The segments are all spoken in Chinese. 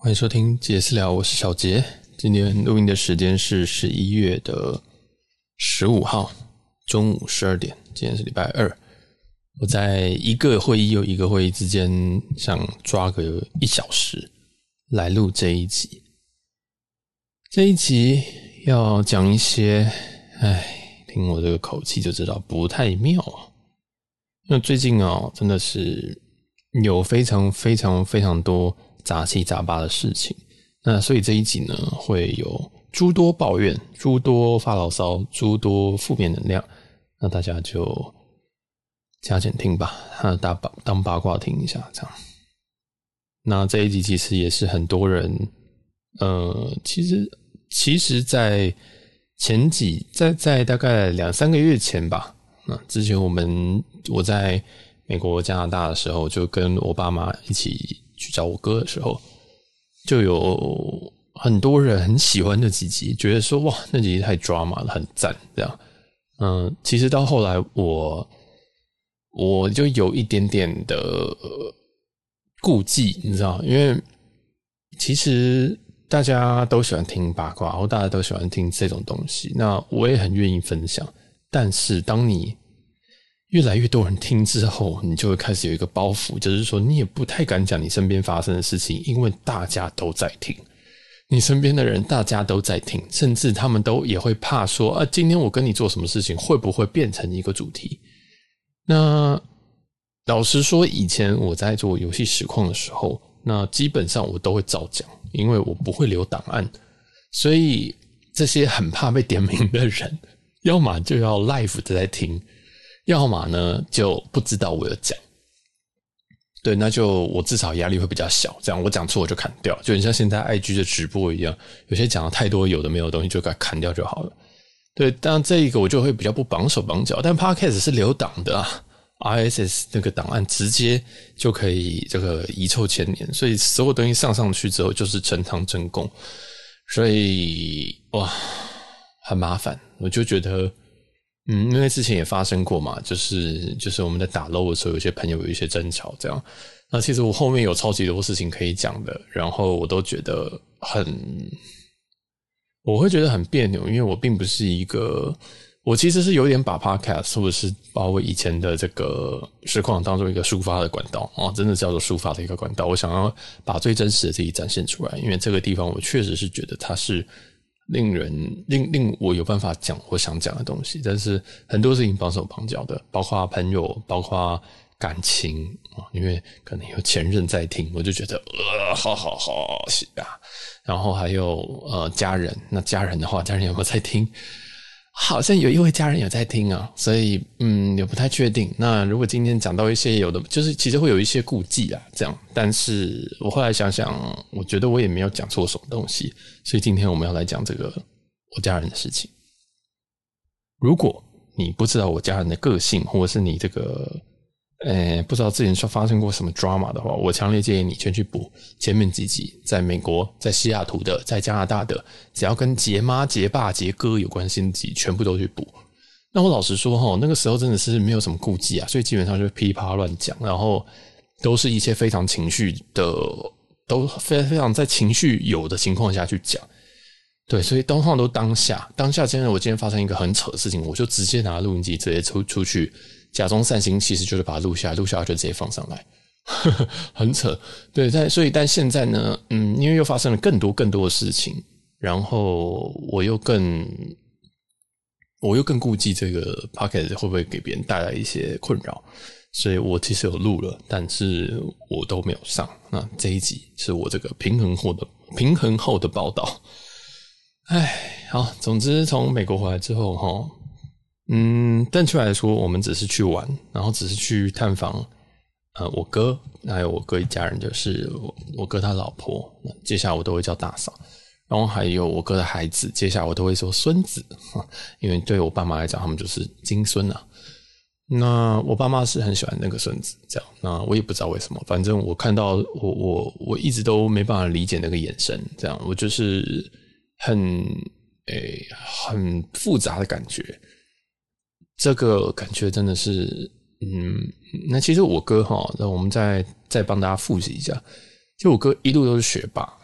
欢迎收听杰私聊，我是小杰。今天录音的时间是11月15号中午12点，今天是礼拜二。我在一个会议又一个会议之间，想抓个1小时来录这一集。这一集要讲一些，听我这个口气就知道不太妙啊。因为最近真的是有非常多杂七杂八的事情，那所以这一集呢会有诸多抱怨、诸多发牢骚、诸多负面能量，那大家就加减听吧，当八卦听一下这样。那这一集其实也是很多人其实在在大概2-3个月前吧，那之前我在美国加拿大的时候，就跟我爸妈一起去找我哥的时候，就有很多人很喜欢那几集，觉得说哇那几集太 drama 了，很赞这样。其实到后来我就有一点点的顾忌，你知道，因为其实大家都喜欢听八卦，或大家都喜欢听这种东西，那我也很愿意分享，但是当你越来越多人听之后，你就会开始有一个包袱，就是说你也不太敢讲你身边发生的事情，因为大家都在听，你身边的人大家都在听，甚至他们也会怕说今天我跟你做什么事情会不会变成一个主题。那老实说，以前我在做游戏实况的时候，那基本上我都会照讲，因为我不会留档案，所以这些很怕被点名的人，要么就要 live 的在听，要么呢就不知道我有讲。对，那就我至少压力会比较小，这样我讲错我就砍掉，就很像现在 IG 的直播一样，有些讲了太多有的没有的东西就给它砍掉就好了。对，当然这一个我就会比较不绑手绑脚，但 Podcast 是留档的啊， RSS 那个档案直接就可以这个遗臭千年，所以所有东西上去之后就是呈堂证供，所以哇很麻烦。我就觉得因为之前也发生过嘛，就是我们在打 LOL 的时候，有些朋友有一些争吵这样。那其实我后面有超级多事情可以讲的，然后我都觉得我会觉得很别扭，因为我并不是我其实是有点把 podcast 或者是把我以前的这个实况当做一个抒发的管道真的叫做抒发的一个管道。我想要把最真实的自己展现出来，因为这个地方我确实是觉得它是令我有办法讲我想讲的东西，但是很多事情绑手绑脚的，包括朋友，包括感情因为可能有前任在听，我就觉得好然后还有家人，那家人的话，家人有没有在听？好像有一位家人有在听啊，所以也不太确定。那如果今天讲到一些有的，就是其实会有一些顾忌啊，这样。但是我后来想想，我觉得我也没有讲错什么东西，所以今天我们要来讲这个我家人的事情。如果你不知道我家人的个性，或者是你这个不知道之前发生过什么 drama 的话，我强烈建议你先去补前面几集，在美国、在西雅图的、在加拿大的，只要跟杰妈、杰爸、杰哥有关系的集，全部都去补。那我老实说那个时候真的是没有什么顾忌啊，所以基本上就噼里啪啦乱讲，然后都是一些非常情绪的，都非常在情绪有的情况下去讲。对，所以通常都当下真的，我今天发生一个很扯的事情，我就直接拿录音机直接出去，假装散心，其实就是把它录下来就直接放上来，很扯。对，但现在呢，因为又发生了更多的事情，然后我又更顾忌这个 podcast 会不会给别人带来一些困扰，所以我其实有录了，但是我都没有上。那这一集是我这个平衡后的报道。好，总之从美国回来之后正确来说，我们只是去玩，然后只是去探访我哥，还有我哥一家人，就是我哥他老婆，接下来我都会叫大嫂，然后还有我哥的孩子，接下来我都会说孙子，因为对我爸妈来讲，他们就是金孙啊。那我爸妈是很喜欢那个孙子，这样，那我也不知道为什么，反正我看到我一直都没办法理解那个眼神，这样，我就是很复杂的感觉。这个感觉真的是那其实我哥那我们再帮大家复习一下，就我哥一路都是学霸，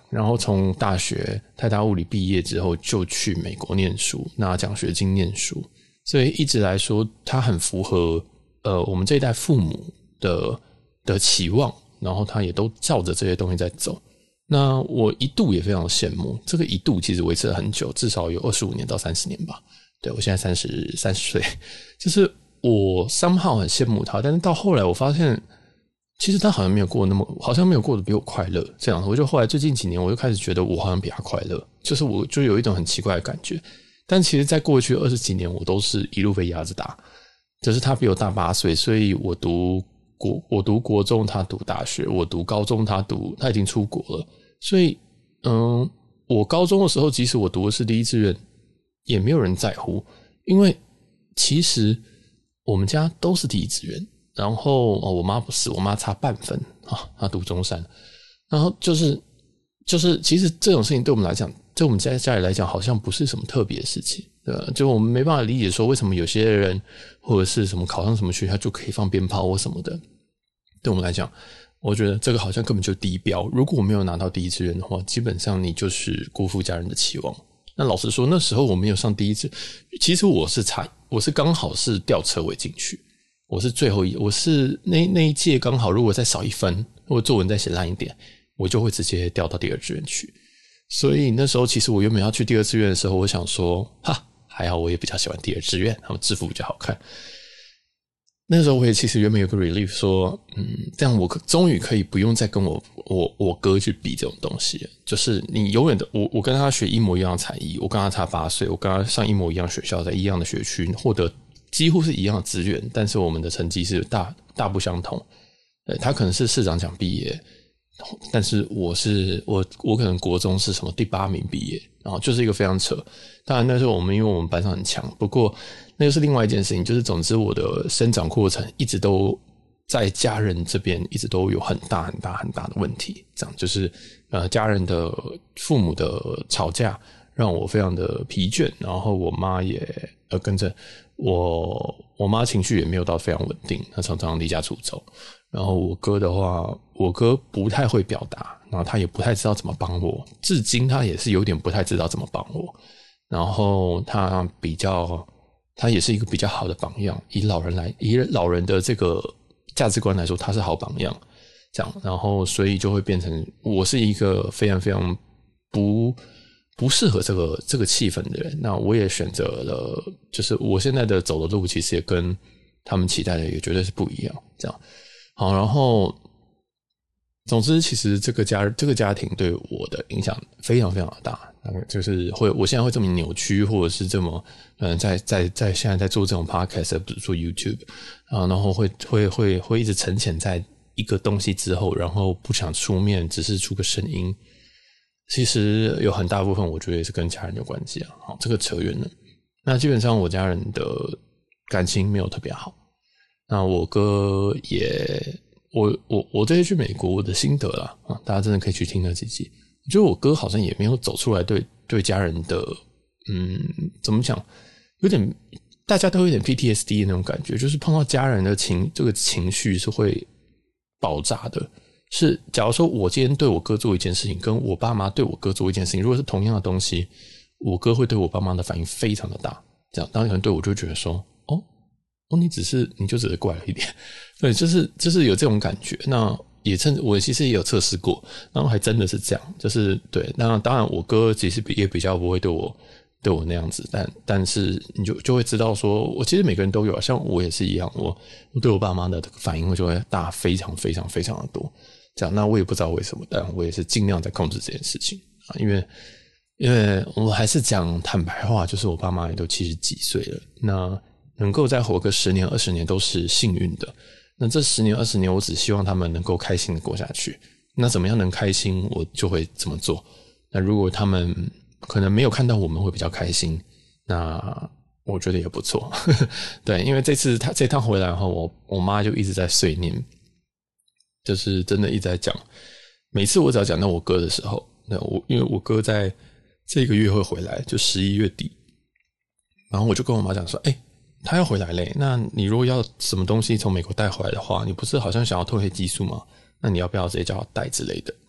然后从大学台大物理毕业之后就去美国念书，拿奖学金念书，所以一直来说他很符合我们这一代父母的期望，然后他也都照着这些东西在走。那我一度也非常羡慕，这个一度其实维持了很久，至少有25年到30年吧。对，我现在30岁，就是我 somehow 很羡慕他，但是到后来我发现其实他好像没有过得比我快乐这样。我就后来最近几年我就开始觉得我好像比他快乐，就是我就有一种很奇怪的感觉。但其实在过去20几年我都是一路被压着打，就是他比我大8岁，所以我读国中，他读大学；我读高中，他已经出国了。所以我高中的时候即使我读的是第一志愿也没有人在乎，因为其实我们家都是第一志愿。然后我妈不是，我妈差半分啊，她读中山。然后就是其实这种事情对我们来讲，对我们家里来讲好像不是什么特别的事情，对吧？就我们没办法理解说为什么有些人或者是什么考上什么学校就可以放鞭炮或什么的。对我们来讲，我觉得这个好像根本就低标。如果我没有拿到第一志愿的话，基本上你就是辜负家人的期望。那老实说，那时候我没有上第一志，其实我是刚好是吊车尾进去，我是最后我是那一届刚好，如果再少1分，如果作文再写烂一点，我就会直接调到第二志愿去。所以那时候其实我原本要去第二志愿的时候，我想说还好我也比较喜欢第二志愿，他们制服比较好看。那时候我也其实原本有个 relief 说这样我终于可以不用再跟我哥去比这种东西了。就是你永远的我跟他学一模一样的才艺，我跟他差8岁，我跟他上一模一样的学校，在一样的学区获得几乎是一样的资源，但是我们的成绩是大不相同。他可能是市长奖毕业，但是我可能国中是什么第8名毕业，然后就是一个非常扯。当然那时候因为我们班上很强，不过那又是另外一件事情。就是总之我的生长过程一直都在家人这边一直都有很大很大很大的问题，这样就是家人的父母的吵架让我非常的疲倦，然后我妈也跟着我妈情绪也没有到非常稳定，她常常离家出走。然后我哥的话，我哥不太会表达，然后他也不太知道怎么帮我，至今他也是有点不太知道怎么帮我。然后他也是一个比较好的榜样，以老人的这个价值观来说，他是好榜样，这样。然后所以就会变成我是一个非常非常不适合这个气氛的人。那我也选择了，就是我现在的走的路其实也跟他们期待的也绝对是不一样，这样。好，然后总之其实这个家庭对我的影响非常非常的大，就是我现在会这么扭曲，或者是这么在现在在做这种 podcast 而不是做 YouTube 然后会一直沉潜在一个东西之后，然后不想出面，只是出个声音。其实有很大部分我觉得也是跟家人有关系啊。好，这个扯远了。那基本上我家人的感情没有特别好。那我哥也我这次去美国我的心得啦大家真的可以去听那几集。我觉得我哥好像也没有走出来对家人的怎么讲，有点大家都有点 PTSD 的那种感觉，就是碰到家人的这个情绪是会爆炸的。是假如说我今天对我哥做一件事情，跟我爸妈对我哥做一件事情，如果是同样的东西，我哥会对我爸妈的反应非常的大，这样当然可能对我就会觉得说你就只是怪了一点。对，就是有这种感觉。那也我其实也有测试过，然后还真的是这样，就是对。那当然我哥其实也比较不会对我那样子，但是你就会知道说，我其实每个人都有，像我也是一样，我对我爸妈的反应就会大非常非常非常的多。这样，那我也不知道为什么，但我也是尽量在控制这件事情因为我还是讲坦白话，就是我爸妈也都70几岁了，那能够再活个10年20年都是幸运的。那这10年20年我只希望他们能够开心的过下去。那怎么样能开心我就会怎么做。那如果他们可能没有看到我们会比较开心，那我觉得也不错对，因为这趟回来后我妈就一直在碎念，就是真的一直在讲。每次我只要讲到我哥的时候，因为我哥在这个月会回来，就11月底，然后我就跟我妈讲说他要回来嘞，那你如果要什么东西从美国带回来的话，你不是好像想要褪黑激素吗？那你要不要直接叫他带之类的。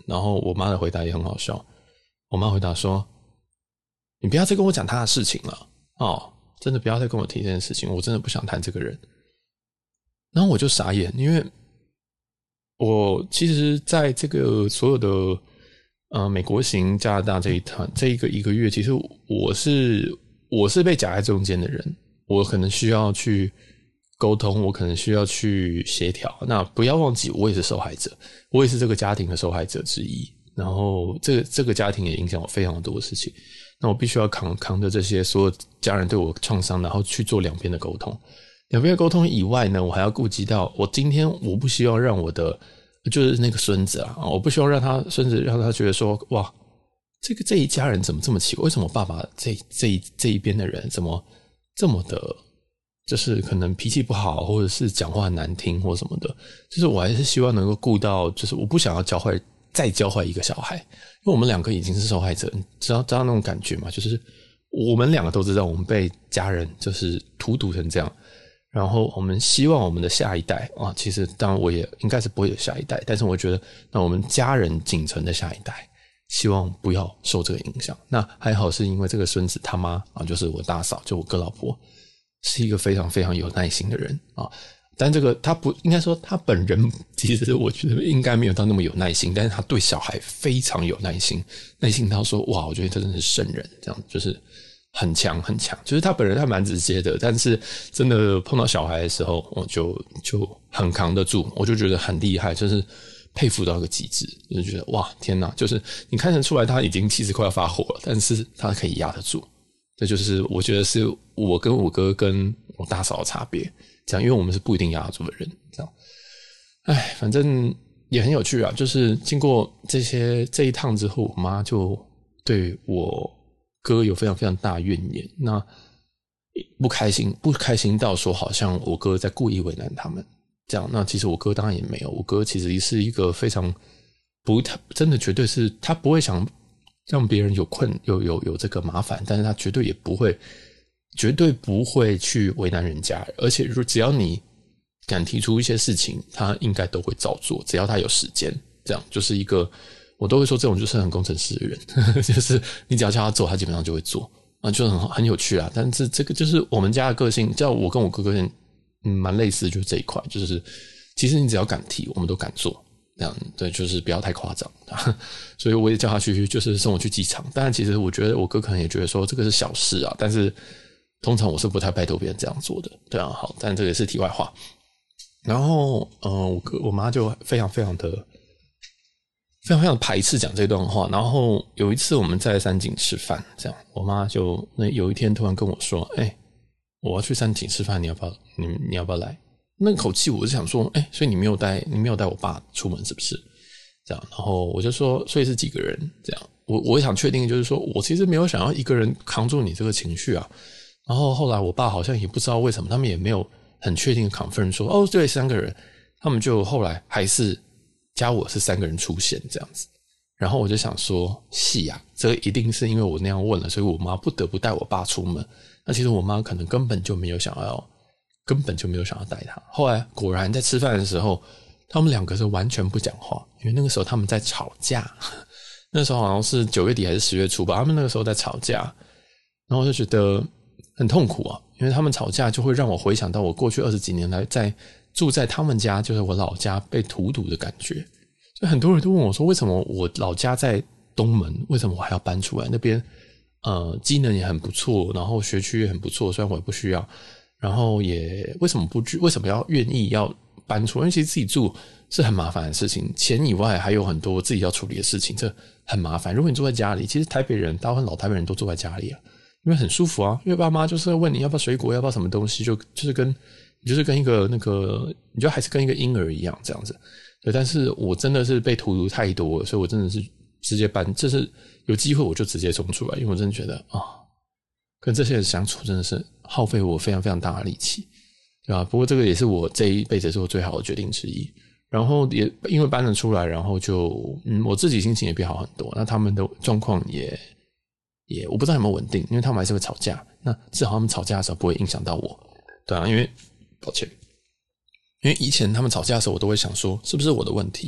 然后我妈的回答也很好笑，我妈回答说：“你不要再跟我讲他的事情了哦，真的不要再跟我提这件事情，我真的不想谈这个人。”然后我就傻眼，因为我其实在这个所有的美国行加拿大这一个月，其实我是被夹在中间的人，我可能需要去沟通，我可能需要去协调。那不要忘记，我也是受害者，我也是这个家庭的受害者之一。然后这个家庭也影响我非常多的事情，那我必须要扛着这些所有家人对我创伤，然后去做两边的沟通。两边的沟通以外呢，我还要顾及到我今天我不希望让我的就是那个孙子啊，我不希望让他孙子让他觉得说，哇，这一家人怎么这么奇怪？为什么爸爸这一边的人怎么这么的，就是可能脾气不好，或者是讲话很难听或什么的？就是我还是希望能够顾到，就是我不想要再教坏一个小孩，因为我们两个已经是受害者，你知道那种感觉吗？就是我们两个都知道我们被家人就是荼毒成这样，然后我们希望我们的下一代啊，其实当然我也应该是不会有下一代，但是我觉得那我们家人仅存的下一代，希望不要受这个影响。那还好是因为这个孙子他妈啊，就是我大嫂，就我哥老婆，是一个非常非常有耐心的人啊。但这个他不应该说他本人，其实我觉得应该没有到那么有耐心，但是他对小孩非常有耐心，耐心到说哇，我觉得他真的是圣人，这样就是很强很强。就是他本人他蛮直接的，但是真的碰到小孩的时候，我就很扛得住，我就觉得很厉害，就是佩服到一个极致，就觉得哇天哪，就是你看得出来他已经其实快要发火了，但是他可以压得住。这就是我觉得是我跟我哥跟我大嫂的差别，这样，因为我们是不一定压得住的人，这样。哎，反正也很有趣啊，就是经过这一趟之后，我妈就对我哥有非常非常大的怨言，那不开心到说好像我哥在故意为难他们，这样。那其实我哥当然也没有，我哥其实是一个非常他真的绝对是他不会想让别人有这个麻烦，但是他绝对不会去为难人家，而且只要你敢提出一些事情，他应该都会照做，只要他有时间。这样就是一个，我都会说这种就是很工程师的人，就是你只要叫他做，他基本上就会做啊，就很有趣啊。但是这个就是我们家的个性，叫我跟我哥哥蛮类似，就是这一块，就是其实你只要敢提，我们都敢做。这样对，就是不要太夸张，所以我也叫他去，就是送我去机场。当然，其实我觉得我哥可能也觉得说这个是小事啊，但是通常我是不太拜托别人这样做的，对啊。好，但这个是题外话。然后，我妈就非常非常的排斥讲这段话。然后有一次我们在三井吃饭，这样，我妈就有一天突然跟我说：“我要去三井吃饭，你要不要来？”那个口气我是想说，所以你没有带我爸出门是不是？这样，然后我就说，所以是几个人？这样，我想确定就是说我其实没有想要一个人扛住你这个情绪啊。然后后来我爸好像也不知道为什么，他们也没有很确定的 confirm 说，哦，对，3个人，他们就后来还是加我是3个人出现这样子。然后我就想说，是啊，这个一定是因为我那样问了，所以我妈不得不带我爸出门。那其实我妈可能根本就没有想要带他。后来果然在吃饭的时候，他们2个是完全不讲话，因为那个时候他们在吵架。那时候好像是9月底还是10月初吧，他们那个时候在吵架，然后我就觉得很痛苦啊，因为他们吵架就会让我回想到我过去20几年来住在他们家，就是我老家被荼毒的感觉。所以很多人都问我说，为什么我老家在东门，为什么我还要搬出来？那边机能也很不错，然后学区也很不错，虽然我也不需要。然后也为什么要愿意要搬出来？因为其实自己住是很麻烦的事情，钱以外还有很多自己要处理的事情，这很麻烦。如果你住在家里，其实台北人大部分老台北人都住在家里啊，因为很舒服啊。因为爸妈就是会问你要不要水果，要不要什么东西，就是跟一个你就还是跟一个婴儿一样这样子。对，但是我真的是被荼毒太多了，所以我真的是直接搬，就是有机会我就直接冲出来，因为我真的觉得跟这些人相处真的是耗费我非常非常大的力气，对吧？不过这个也是我这一辈子做最好的决定之一。然后也因为搬了出来，然后就我自己心情也变好很多。那他们的状况也我不知道有没有稳定，因为他们还是会吵架。那至少他们吵架的时候不会影响到我，对啊，因为以前他们吵架的时候，我都会想说是不是我的问题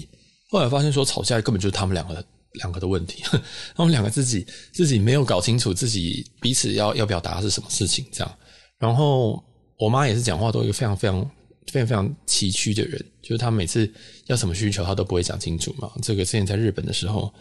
后来发现说吵架根本就是他们两个的问题，他们两个自己没有搞清楚自己彼此要表达的是什么事情这样。然后我妈也是讲话都一个非常崎岖的人，就是她每次要什么需求她都不会讲清楚嘛。这个之前在日本的时候，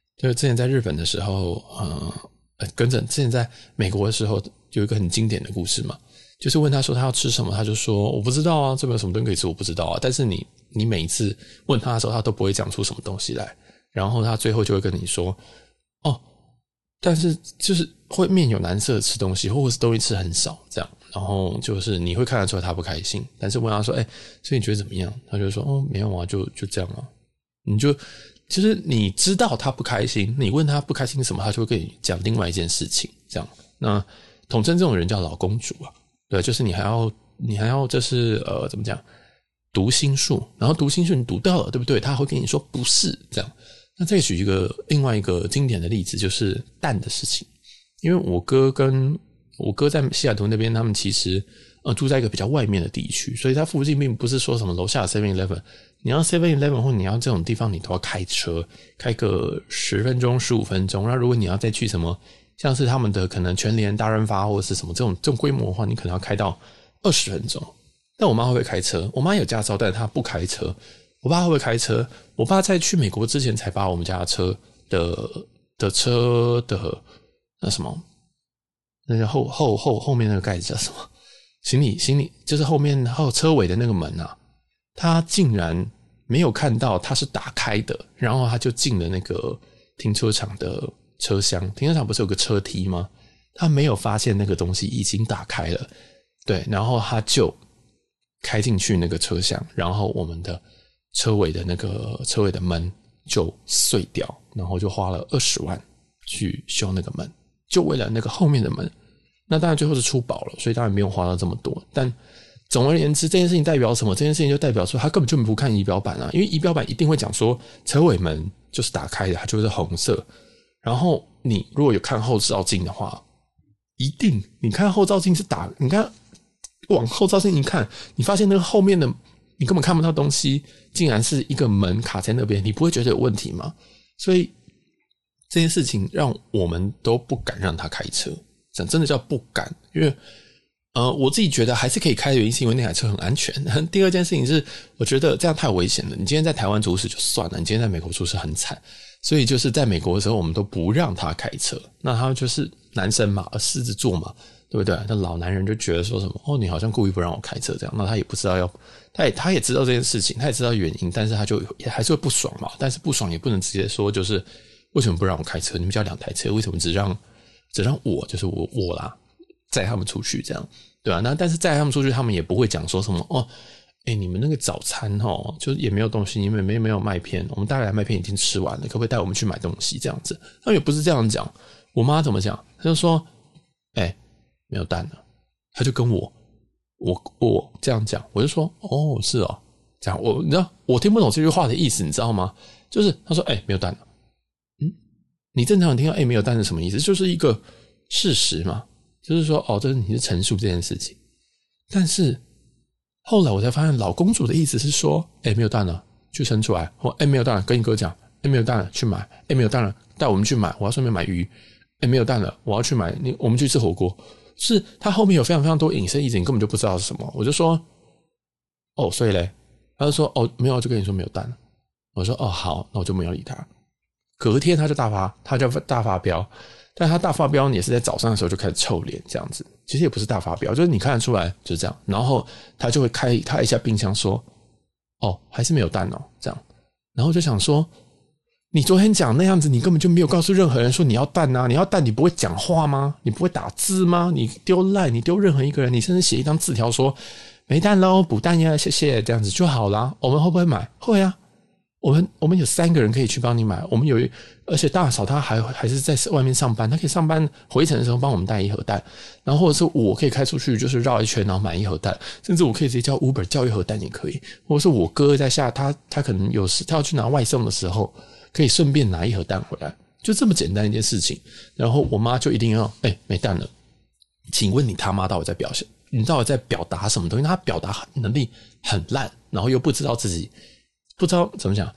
之前在美国的时候有一个很经典的故事嘛，就是问她说她要吃什么，她就说我不知道啊，这边有什么东西可以吃我不知道啊。但是你每一次问她的时候她都不会讲出什么东西来，然后她最后就会跟你说但是就是会面有难色吃东西，或者是东西吃很少这样，然后就是你会看得出来他不开心，但是问他说所以你觉得怎么样，他就说没有啊，就这样啊。你就是你知道他不开心，你问他不开心什么，他就会跟你讲另外一件事情这样。那统称这种人叫老公主啊，对，就是你还要就是怎么讲，读心术，然后读心术你读到了对不对，他会跟你说不是这样。那再举另外一个经典的例子，就是蛋的事情。因为我哥在西雅图那边，他们其实住在一个比较外面的地区，所以他附近并不是说什么楼下的 7-Eleven， 你要 7-Eleven 或你要这种地方，你都要开车开个10分钟15分钟。那如果你要再去什么像是他们的可能全联大润发或者是什么这种规模的话，你可能要开到20分钟。但我妈会不会开车？我妈有驾照，但是她不开车。我爸会不会开车？我爸在去美国之前才把我们家的车的车的那什么，那个后面那个盖子叫什么？行李就是后面车尾的那个门啊，他竟然没有看到它是打开的，然后他就进了那个停车场的车厢。停车场不是有个车梯吗？他没有发现那个东西已经打开了，对，然后他就开进去那个车厢，然后我们的车尾的门就碎掉，然后就花了20万去修那个门，就为了那个后面的门。那当然最后是出保了，所以当然没有花到这么多。但总而言之，这件事情代表什么？这件事情就代表说他根本就不看仪表板啊，因为仪表板一定会讲说车尾门就是打开的，它就是红色。然后你如果有看后照镜的话，一定你看后照镜是你看往后照镜一看，你发现那个后面的你根本看不到东西，竟然是一个门卡在那边，你不会觉得有问题吗？所以这件事情让我们都不敢让他开车，真的叫不敢。因为我自己觉得还是可以开的原因是因为那台车很安全。第二件事情是我觉得这样太危险了，你今天在台湾出事就算了，你今天在美国出事很惨。所以就是在美国的时候我们都不让他开车，那他就是男生嘛，狮子座嘛，对不对？那老男人就觉得说什么你好像故意不让我开车这样，那他也不知道他也知道这件事情，他也知道原因，但是他就也还是会不爽嘛。但是不爽也不能直接说就是为什么不让我开车？你们家2台车，为什么只让我就是我啦载他们出去这样，对吧？那但是载他们出去，他们也不会讲说什么你们那个早餐就是也没有东西，你们没有麦片，我们带来麦片已经吃完了，可不可以带我们去买东西这样子？他们也不是这样讲。我妈怎么讲？她就说没有蛋了。她就跟我这样讲，我就说是哦，这样你知道我听不懂这句话的意思，你知道吗？就是她说没有蛋了。你正常人听到没有蛋是什么意思？就是一个事实嘛，就是说这是你是陈述这件事情。但是后来我才发现，老公主的意思是说没有蛋了去生出来，或没有蛋了跟你哥讲，没有蛋了去买，没有蛋了带我们去买，我要顺便买鱼，没有蛋了我要去买，我们去吃火锅。是他后面有非常非常多隐身意思，你根本就不知道是什么。我就说所以嘞，他就说没有，就跟你说没有蛋了。我说好，那我就没有理他。隔天他就大发飙，但他大发飙也是在早上的时候就开始臭脸这样子，其实也不是大发飙，就是你看得出来就是这样。然后他就会开一下冰箱说还是没有蛋这样。然后就想说你昨天讲那样子，你根本就没有告诉任何人说你要蛋啊，你要蛋你不会讲话吗？你不会打字吗？你丢赖，你丢任何一个人，你甚至写一张字条说没蛋咯，补蛋呀，谢谢，这样子就好啦。我们会不会买？会啊，我们有3个人可以去帮你买，我们而且大嫂她还是在外面上班，她可以上班回程的时候帮我们带1盒蛋，然后或者是我可以开出去就是绕一圈然后买1盒蛋，甚至我可以直接叫 Uber 叫1盒蛋也可以，或者是我哥在下他可能有时他要去拿外送的时候可以顺便拿1盒蛋回来，就这么简单一件事情。然后我妈就一定要没蛋了，请问你他妈到底在表达什么东西？他表达能力很烂，然后又不知道怎么讲，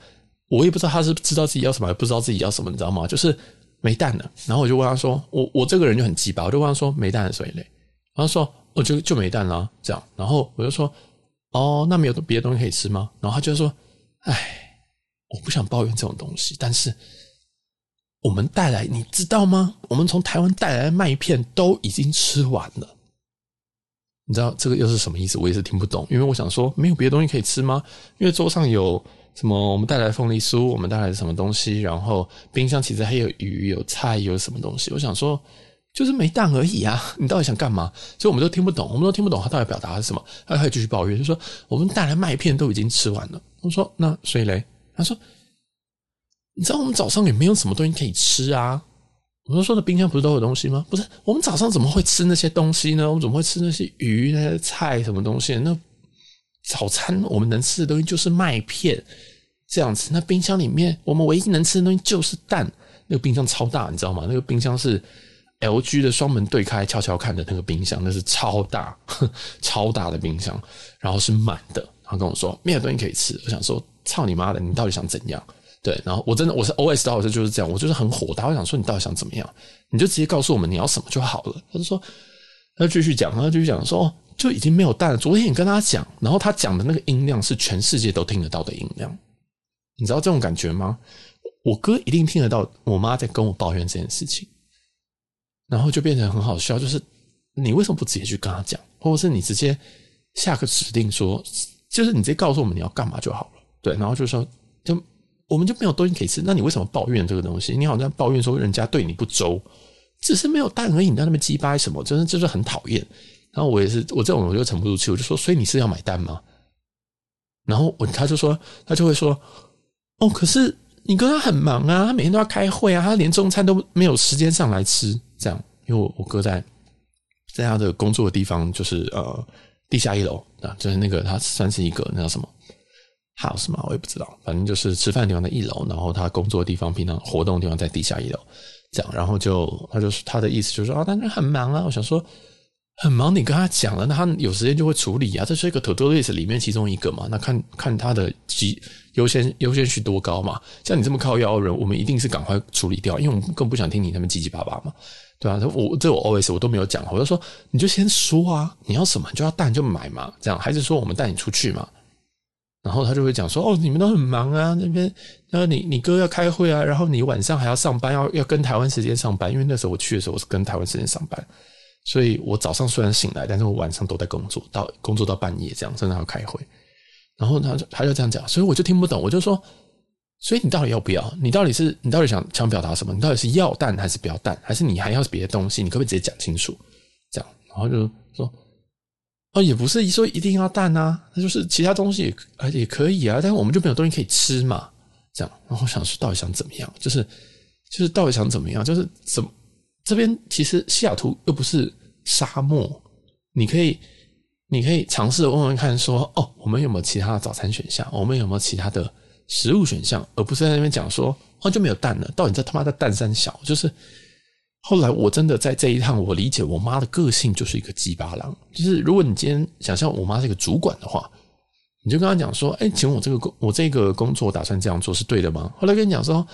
我也不知道他是知道自己要什么还不知道自己要什么，你知道吗？就是没蛋了，然后我就问他说，我这个人就很鸡巴，我就问他说没蛋了所以嘞，然后说我就没蛋啦，这样，然后我就说哦，那没有别的东西可以吃吗？然后他就说，哎，我不想抱怨这种东西，但是我们带来，你知道吗？我们从台湾带来的麦片都已经吃完了。你知道这个又是什么意思？我也是听不懂，因为我想说，没有别的东西可以吃吗？因为桌上有什么，我们带来凤梨酥，我们带来什么东西，然后冰箱其实还有鱼、有菜、有什么东西。我想说，就是没蛋而已啊！你到底想干嘛？所以我们都听不懂，他到底表达的是什么。他还继续抱怨，就说我们带来麦片都已经吃完了。我说那所以嘞？他说你知道我们早上也没有什么东西可以吃啊。我说的冰箱不是都有东西吗？不是，我们早上怎么会吃那些东西呢？我们怎么会吃那些鱼、那些菜什么东西？那早餐我们能吃的东西就是麦片，这样子。那冰箱里面我们唯一能吃的东西就是蛋。那个冰箱超大，你知道吗？那个冰箱是 LG 的双门对开悄悄看的那个冰箱，那是超大超大的冰箱，然后是满的。他跟我说没有东西可以吃，我想说操你妈的，你到底想怎样？对，然后我是 OS 到的就是这样，我就是很火大，我想说你到底想怎么样？你就直接告诉我们你要什么就好了。他就继续讲说哦，就已经没有蛋了。昨天也跟他讲，然后他讲的那个音量是全世界都听得到的音量，你知道这种感觉吗？我哥一定听得到我妈在跟我抱怨这件事情，然后就变成很好笑，就是你为什么不直接去跟他讲，或者是你直接下个指令说，就是你直接告诉我们你要干嘛就好了。对，然后就说我们就没有东西可以吃，那你为什么抱怨这个东西？你好像抱怨说人家对你不周，只是没有蛋而已，你在那边鸡掰什么？真的就是很讨厌。然后我这种我就沉不住气，我就说，所以你是要买蛋吗？然后他就会说，哦，可是你哥他很忙啊，他每天都要开会啊，他连中餐都没有时间上来吃，这样。因为我哥在他的工作的地方就是地下1楼啊，就是那个他算是一个那叫什么house 嘛，我也不知道，反正就是吃饭的地方在1楼，然后他工作的地方平常活动的地方在地下1楼，这样。然后他的意思就是说但是很忙啊。我想说很忙，你跟他讲了，那他有时间就会处理啊，这是一个 to-do list 里面其中一个嘛，那看他的优先序多高嘛。像你这么靠腰的人，我们一定是赶快处理掉，因为我们更不想听你那边叽叽巴巴嘛，对啊。我 always 我都没有讲，我就说你就先说啊，你要什么你就要带你就买嘛，这样。还是说我们带你出去嘛？然后他就会讲说哦，你们都很忙啊，那边你哥要开会啊，然后你晚上还要上班，要跟台湾时间上班，因为那时候我去的时候我是跟台湾时间上班，所以我早上虽然醒来，但是我晚上都在工作到半夜这样，甚至还要开会。然后他就这样讲，所以我就听不懂，我就说，所以你到底要不要？你到底想表达什么？你到底是要蛋还是不要蛋？还是你还要别的东西？你可不可以直接讲清楚？这样，然后就说。也不是说一定要蛋啊，那就是其他东西也可以啊，但是我们就没有东西可以吃嘛，这样。然后我想说到底想怎么样，就是到底想怎么样，就是这边其实西雅图又不是沙漠，你可以尝试问问看说我们有没有其他的早餐选项，我们有没有其他的食物选项，而不是在那边讲说就没有蛋了，到底他妈的蛋三小。就是后来我真的在这一趟，我理解我妈的个性就是一个鸡巴狼。就是如果你今天想象我妈是一个主管的话，你就跟她讲说请问我这个工作打算这样做是对的吗？后来跟你讲说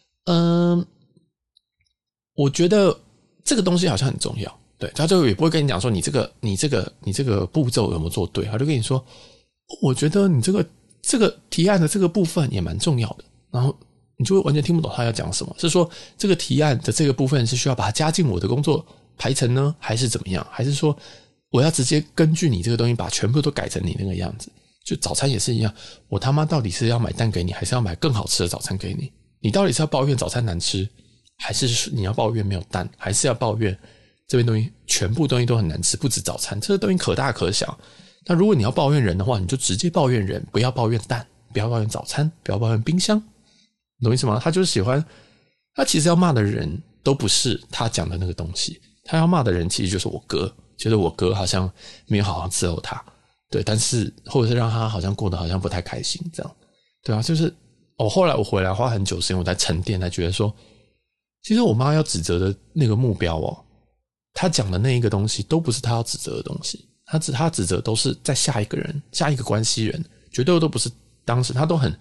我觉得这个东西好像很重要。对，他就也不会跟你讲说你这个步骤有没有做对，他就跟你说我觉得你这个提案的这个部分也蛮重要的，然后你就会完全听不懂他要讲什么，是说这个提案的这个部分是需要把它加进我的工作排程呢，还是怎么样？还是说我要直接根据你这个东西把全部都改成你那个样子？就早餐也是一样，我他妈到底是要买蛋给你，还是要买更好吃的早餐给你？你到底是要抱怨早餐难吃，还是你要抱怨没有蛋，还是要抱怨这边东西全部东西都很难吃，不止早餐，这个东西可大可小。那如果你要抱怨人的话，你就直接抱怨人，不要抱怨蛋，不要抱怨早餐，不要抱怨冰箱，你懂意思吗？他就是喜欢，他其实要骂的人都不是他讲的那个东西，他要骂的人其实就是我哥，觉得我哥好像没有好好伺候他，对，但是或者是让他好像过得好像不太开心这样，对啊，就是后来我回来花很久时间我在沉淀，才觉得说其实我妈要指责的那个目标她讲的那一个东西都不是她要指责的东西，她指责都是在下一个人下一个关系人，绝对都不是当时她都很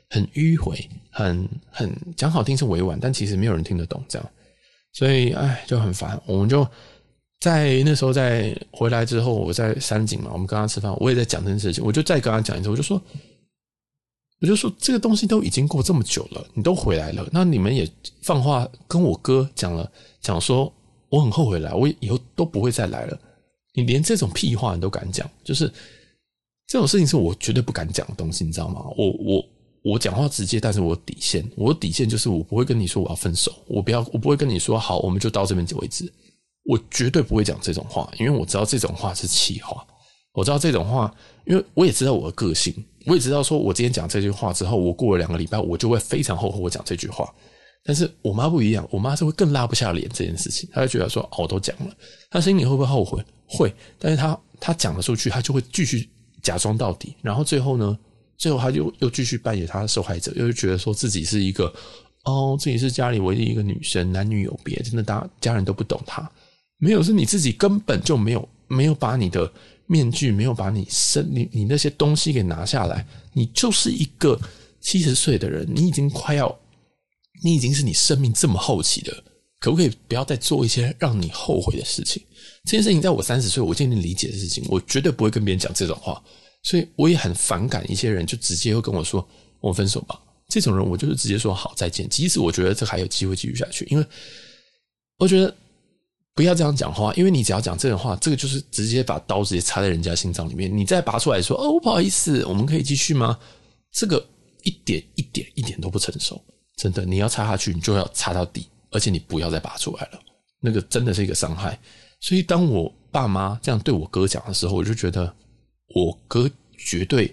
很迂回，很讲好听是委婉，但其实没有人听得懂这样，所以就很烦。我们就在那时候在回来之后，我在山景嘛，我们跟他吃饭，我也在讲这件事情，我就再跟他讲一次，我就说这个东西都已经过这么久了，你都回来了，那你们也放话跟我哥讲说我很后悔来，我以后都不会再来了，你连这种屁话你都敢讲，就是这种事情是我绝对不敢讲的东西，你知道吗？我讲话直接，但是我的底线就是我不会跟你说我要分手，我不会跟你说好我们就到这边为止，我绝对不会讲这种话，因为我知道这种话是气话，我知道这种话，因为我也知道我的个性，我也知道说我今天讲这句话之后，我过了2个礼拜我就会非常后悔我讲这句话。但是我妈不一样，我妈是会更拉不下脸这件事情，她就觉得说我都讲了，她心里会不会后悔？会，但是她讲了出去，她就会继续假装到底，然后最后她又继续扮演她的受害者，又觉得说自己是一个自己是家里唯一一个女生，男女有别，真的家人都不懂她。没有，是你自己根本就没有把你的面具，没有把你那些东西给拿下来，你就是一个70岁的人，你已经是你生命这么后期的，可不可以不要再做一些让你后悔的事情？这件事情在我30岁我渐渐理解的事情，我绝对不会跟别人讲这种话，所以我也很反感一些人就直接会跟我说我们分手吧，这种人我就是直接说好再见，即使我觉得这还有机会继续下去，因为我觉得不要这样讲话，因为你只要讲这种话，这个就是直接把刀直接插在人家心脏里面，你再拔出来说不好意思我们可以继续吗？这个一点都不成熟，真的，你要插下去你就要插到底，而且你不要再拔出来了，那个真的是一个伤害。所以当我爸妈这样对我哥讲的时候，我就觉得我哥绝对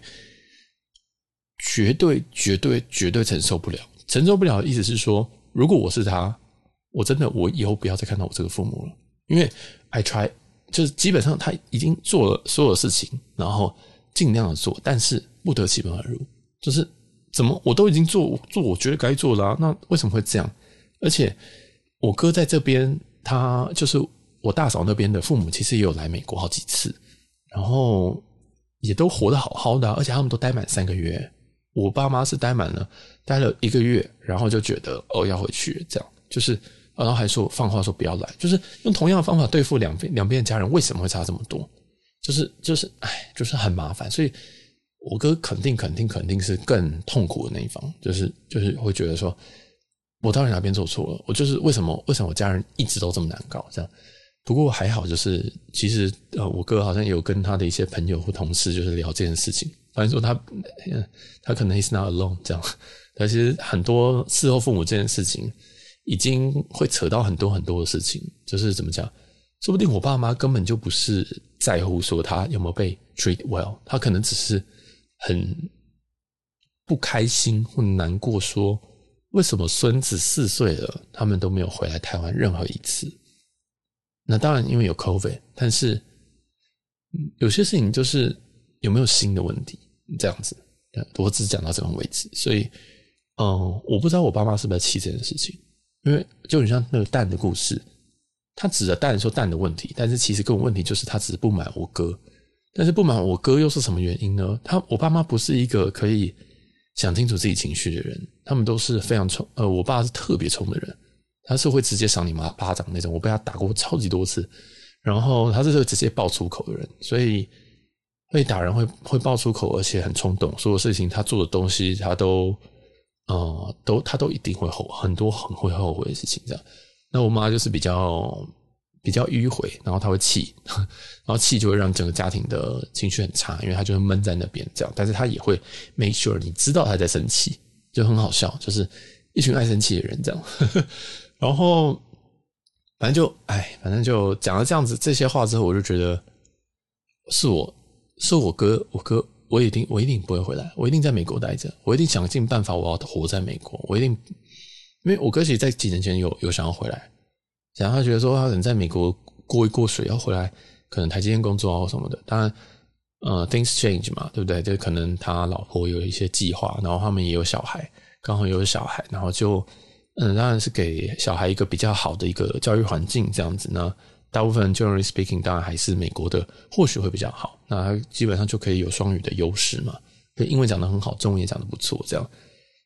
承受不了。承受不了的意思是说，如果我是他，我以后不要再看到我这个父母了，因为 I try， 就是基本上他已经做了所有的事情，然后尽量的做，但是不得其门而入，就是怎么我都已经做我觉得该做的那为什么会这样？而且我哥在这边，他就是我大嫂那边的父母其实也有来美国好几次，然后也都活得好好的而且他们都待满3个月，我爸妈是待了1个月，然后就觉得要回去这样，就是然后还说放话说不要来，就是用同样的方法对付两边的家人，为什么会差这么多？就是很麻烦，所以我哥肯定是更痛苦的那一方，就是会觉得说我到底哪边做错了，我就是为什么我家人一直都这么难搞这样。不过还好，就是其实我哥好像有跟他的一些朋友或同事就是聊这件事情，反正说他可能 he's not alone 这样。但其实很多事后父母这件事情已经会扯到很多很多的事情，就是怎么讲，说不定我爸妈根本就不是在乎说他有没有被 treat well， 他可能只是很不开心或难过说为什么孙子4岁了他们都没有回来台湾任何一次。那当然因为有 COVID， 但是有些事情就是有没有新的问题这样子，我只讲到这种位置。所以我不知道我爸妈是不是在气这件事情，因为就很像那个蛋的故事，他指着蛋说蛋的问题，但是其实根本问题就是他只是不满我哥，但是不满我哥又是什么原因呢？我爸妈不是一个可以想清楚自己情绪的人，他们都是非常冲，我爸是特别冲的人，他是会直接赏你妈巴掌那种，我被他打过超级多次，然后他是直接爆粗口的人，所以被打人会爆粗口，而且很冲动，所有事情他做的东西他都一定会很多很会后悔的事情这样。那我妈就是比较迂回，然后她会气，然后气就会让整个家庭的情绪很差，因为她就会闷在那边这样，但是她也会 make sure 你知道她在生气，就很好笑，就是一群爱生气的人这样。然后反正就讲了这样子这些话之后，我就觉得是我哥，我一定不会回来，我一定在美国待着，我一定想尽办法我要活在美国，我一定，因为我哥其实在几年前有想要回来，想要他觉得说他可能在美国过一过水要回来，可能台积电工作或什么的，当然things change 嘛，对不对？就可能他老婆有一些计划，然后他们也有小孩，刚好有小孩，然后就当然是给小孩一个比较好的一个教育环境这样子呢。大部分 generally speaking 当然还是美国的或许会比较好，那他基本上就可以有双语的优势嘛，对，英文讲得很好，中文也讲得不错这样。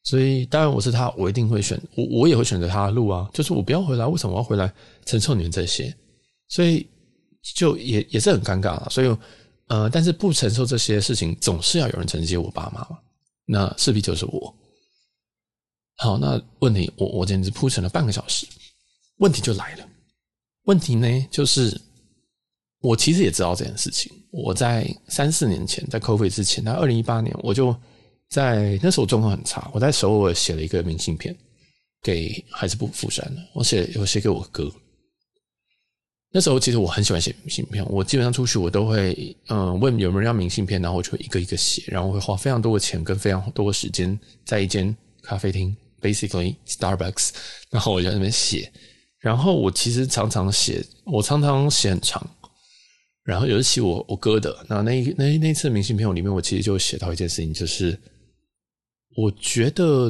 所以当然我是他，我一定会我也会选择他的路啊，就是我不要回来，为什么我要回来承受你们这些？所以就也是很尴尬啦。所以但是不承受这些事情，总是要有人承接我爸妈嘛，那势必就是我。好，那问题我简直铺陈了半个小时，问题就来了。问题呢，就是我其实也知道这件事情。我在3-4年前，在 COVID 之前，在2018年，我就在那时候状况很差，我在首尔写了一个明信片给还是不釜山的，我写给我哥。那时候其实我很喜欢写明信片，我基本上出去我都会问有没有人要明信片，然后我就会一个一个写，然后会花非常多的钱跟非常多的时间在一间咖啡厅 basically Starbucks， 然后我就在那边写。然后我其实常常写很长，然后尤其我哥的那一次明信片里面，我其实就写到一件事情，就是我觉得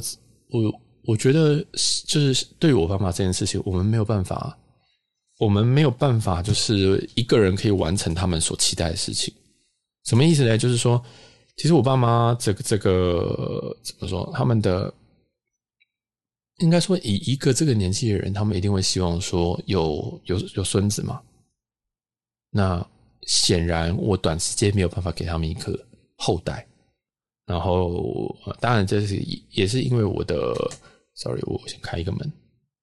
就是对于我爸妈这件事情，我们没有办法就是一个人可以完成他们所期待的事情。什么意思呢？就是说其实我爸妈这个怎么说，他们的应该说以一个这个年纪的人，他们一定会希望说有孙子嘛。那显然我短时间没有办法给他们一个后代。然后当然这是也是因为我的 sorry， 我先开一个门。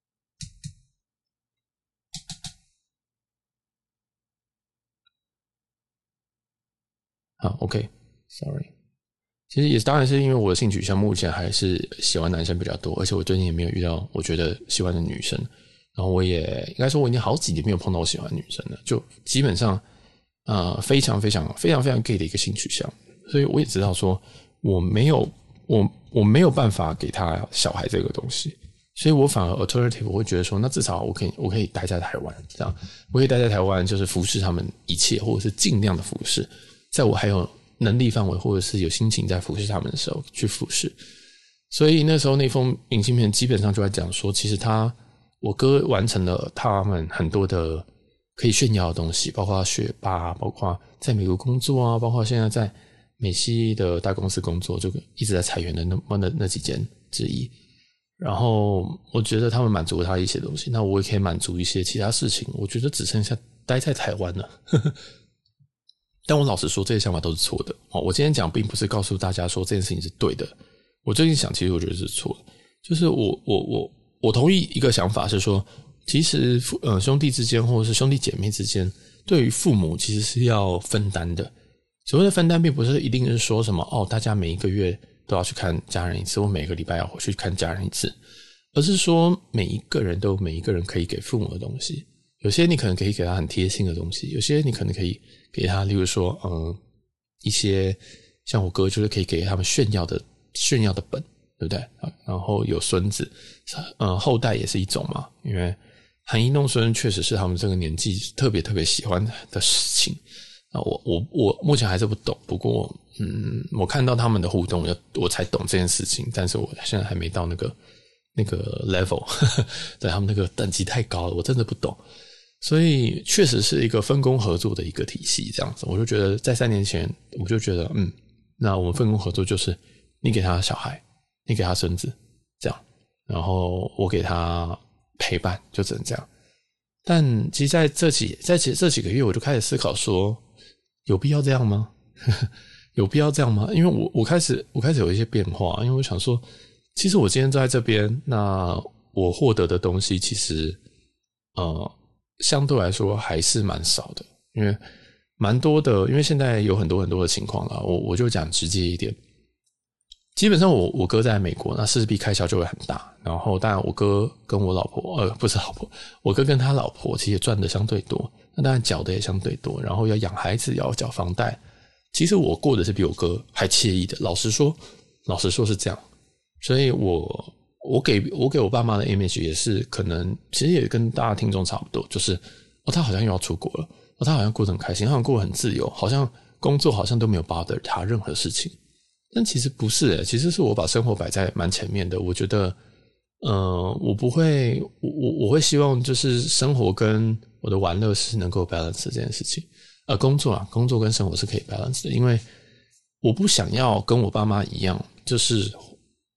好 OK sorry。其实也当然是因为我的性取向目前还是喜欢男生比较多，而且我最近也没有遇到我觉得喜欢的女生，然后我也应该说我已经好几年没有碰到我喜欢的女生了，就基本上非常 gay 的一个性取向，所以我也知道说我没有办法给他小孩这个东西，所以我反而 alternative 我会觉得说，那至少我可以待在台湾，这样我可以待在台湾，就是服侍他们一切，或者是尽量的服侍，在我还有能力范围或者是有心情在服侍他们的时候去服侍。所以那时候那封明信片基本上就在讲说，其实我哥完成了他们很多的可以炫耀的东西，包括学霸，包括在美国工作啊，包括现在在美西的大公司工作，就一直在裁员的那几间之一。然后我觉得他们满足了他一些东西，那我也可以满足一些其他事情，我觉得只剩下待在台湾了。但我老实说，这些想法都是错的。我今天讲并不是告诉大家说这件事情是对的，我最近想其实我觉得是错的。就是我同意一个想法是说，其实兄弟之间或者是兄弟姐妹之间，对于父母其实是要分担的。所谓的分担并不是一定是说什么大家每一个月都要去看家人一次，或每个礼拜要回去看家人一次，而是说每一个人都有每一个人可以给父母的东西。有些你可能可以给他很贴心的东西，有些你可能可以给他例如说一些像我哥就是可以给他们炫耀的本，对不对？然后有孙子后代也是一种嘛，因为含饴弄孙确实是他们这个年纪特别喜欢的事情。我目前还是不懂，不过我看到他们的互动我才懂这件事情，但是我现在还没到那个 level 对，他们那个等级太高了，我真的不懂。所以确实是一个分工合作的一个体系，这样子我就觉得在3年前我就觉得那我们分工合作就是你给他小孩，你给他孙子这样，然后我给他陪伴，就只能这样。但其实在这几个月我就开始思考说，有必要这样吗？有必要这样吗？因为我开始有一些变化，因为我想说其实我今天在这边，那我获得的东西其实相对来说还是蛮少的，因为蛮多的，因为现在有很多的情况啦，我就讲直接一点。基本上我哥在美国，那势必开销就会很大，然后当然我哥跟我老婆不是老婆，我哥跟他老婆其实也赚的相对多，那当然缴的也相对多，然后要养孩子，要缴房贷，其实我过的是比我哥还惬意的，老实说是这样。所以我给我爸妈的 image 也是可能其实也跟大家听众差不多，就是他好像又要出国了，他好像过得很开心，他好像过得很自由，好像工作好像都没有 bother 他任何事情。但其实不是其实是我把生活摆在蛮前面的。我觉得我不会我会希望就是生活跟我的玩乐是能够 balance 这件事情。工作跟生活是可以 balance 的，因为我不想要跟我爸妈一样，就是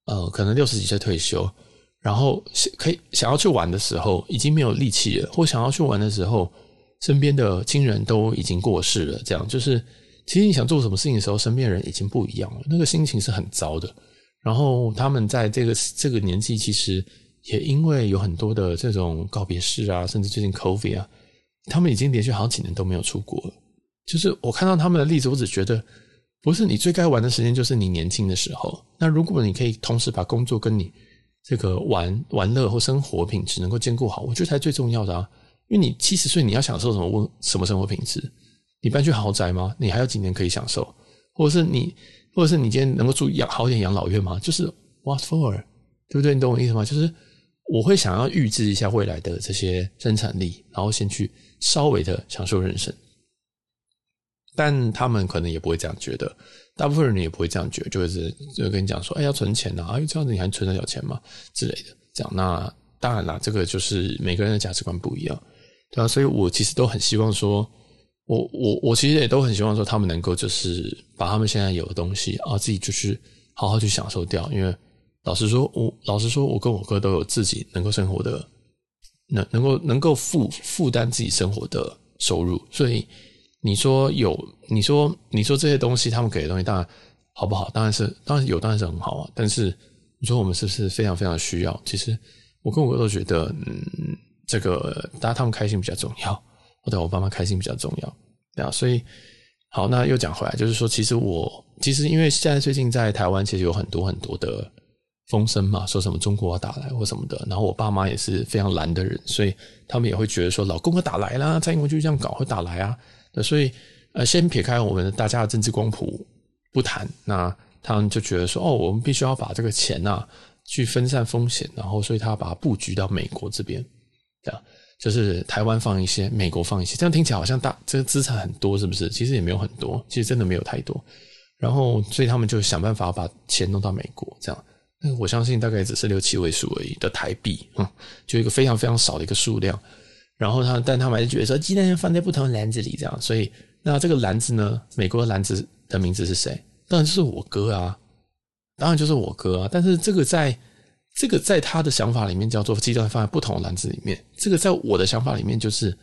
可能60几岁退休，然后可以想要去玩的时候已经没有力气了，或想要去玩的时候身边的亲人都已经过世了，这样就是其实你想做什么事情的时候身边人已经不一样了，那个心情是很糟的。然后他们在这个年纪其实也因为有很多的这种告别式啊，甚至最近 COVID 啊，他们已经连续好几年都没有出国了。就是我看到他们的例子，我只觉得不是你最该玩的时间就是你年轻的时候，那如果你可以同时把工作跟你这个玩乐或生活品质能够兼顾好，我觉得才最重要的啊。因为你70岁你要享受什么生活品质？你搬去豪宅吗？你还有几年可以享受？或者是你今天能够住好一点养老院吗？就是 what for， 对不对？你懂我意思吗？就是我会想要预知一下未来的这些生产力，然后先去稍微的享受人生。但他们可能也不会这样觉得，大部分人也不会这样觉得，就跟你讲说，要存钱啊，这样子你还存得了钱吗？之类的。这样，那当然啦，这个就是每个人的价值观不一样，对啊。所以我其实都很希望说，我其实也都很希望说，他们能够就是把他们现在有的东西啊，自己就是好好去享受掉。因为老实说，我跟我哥都有自己能够生活的，能够负担自己生活的收入，所以。你说这些东西，他们给的东西当然好不好？当然是有，当然是很好啊。但是你说我们是不是非常非常需要？其实我跟我哥都觉得，这个他们开心比较重要，或者我爸妈开心比较重要，对啊。所以好，那又讲回来，就是说，其实因为现在最近在台湾，其实有很多很多的风声嘛，说什么中国要打来或什么的。然后我爸妈也是非常蓝的人，所以他们也会觉得说，老公要打来啦，蔡英文就这样搞，会打来啊。所以先撇开我们大家的政治光谱不谈，那他们就觉得说，我们必须要把这个钱啊去分散风险，然后所以他把它布局到美国这边，这样就是台湾放一些，美国放一些，这样听起来好像这个资产很多，是不是？其实也没有很多，其实真的没有太多。然后所以他们就想办法把钱弄到美国，这样。我相信大概只是6、7位数而已的台币，就一个非常非常少的一个数量。然后但他们还是觉得说鸡蛋要放在不同的篮子里，这样。所以那这个篮子呢，美国的篮子的名字是谁？当然就是我哥啊，但是这个在他的想法里面叫做鸡蛋放在不同的篮子里面，这个在我的想法里面就是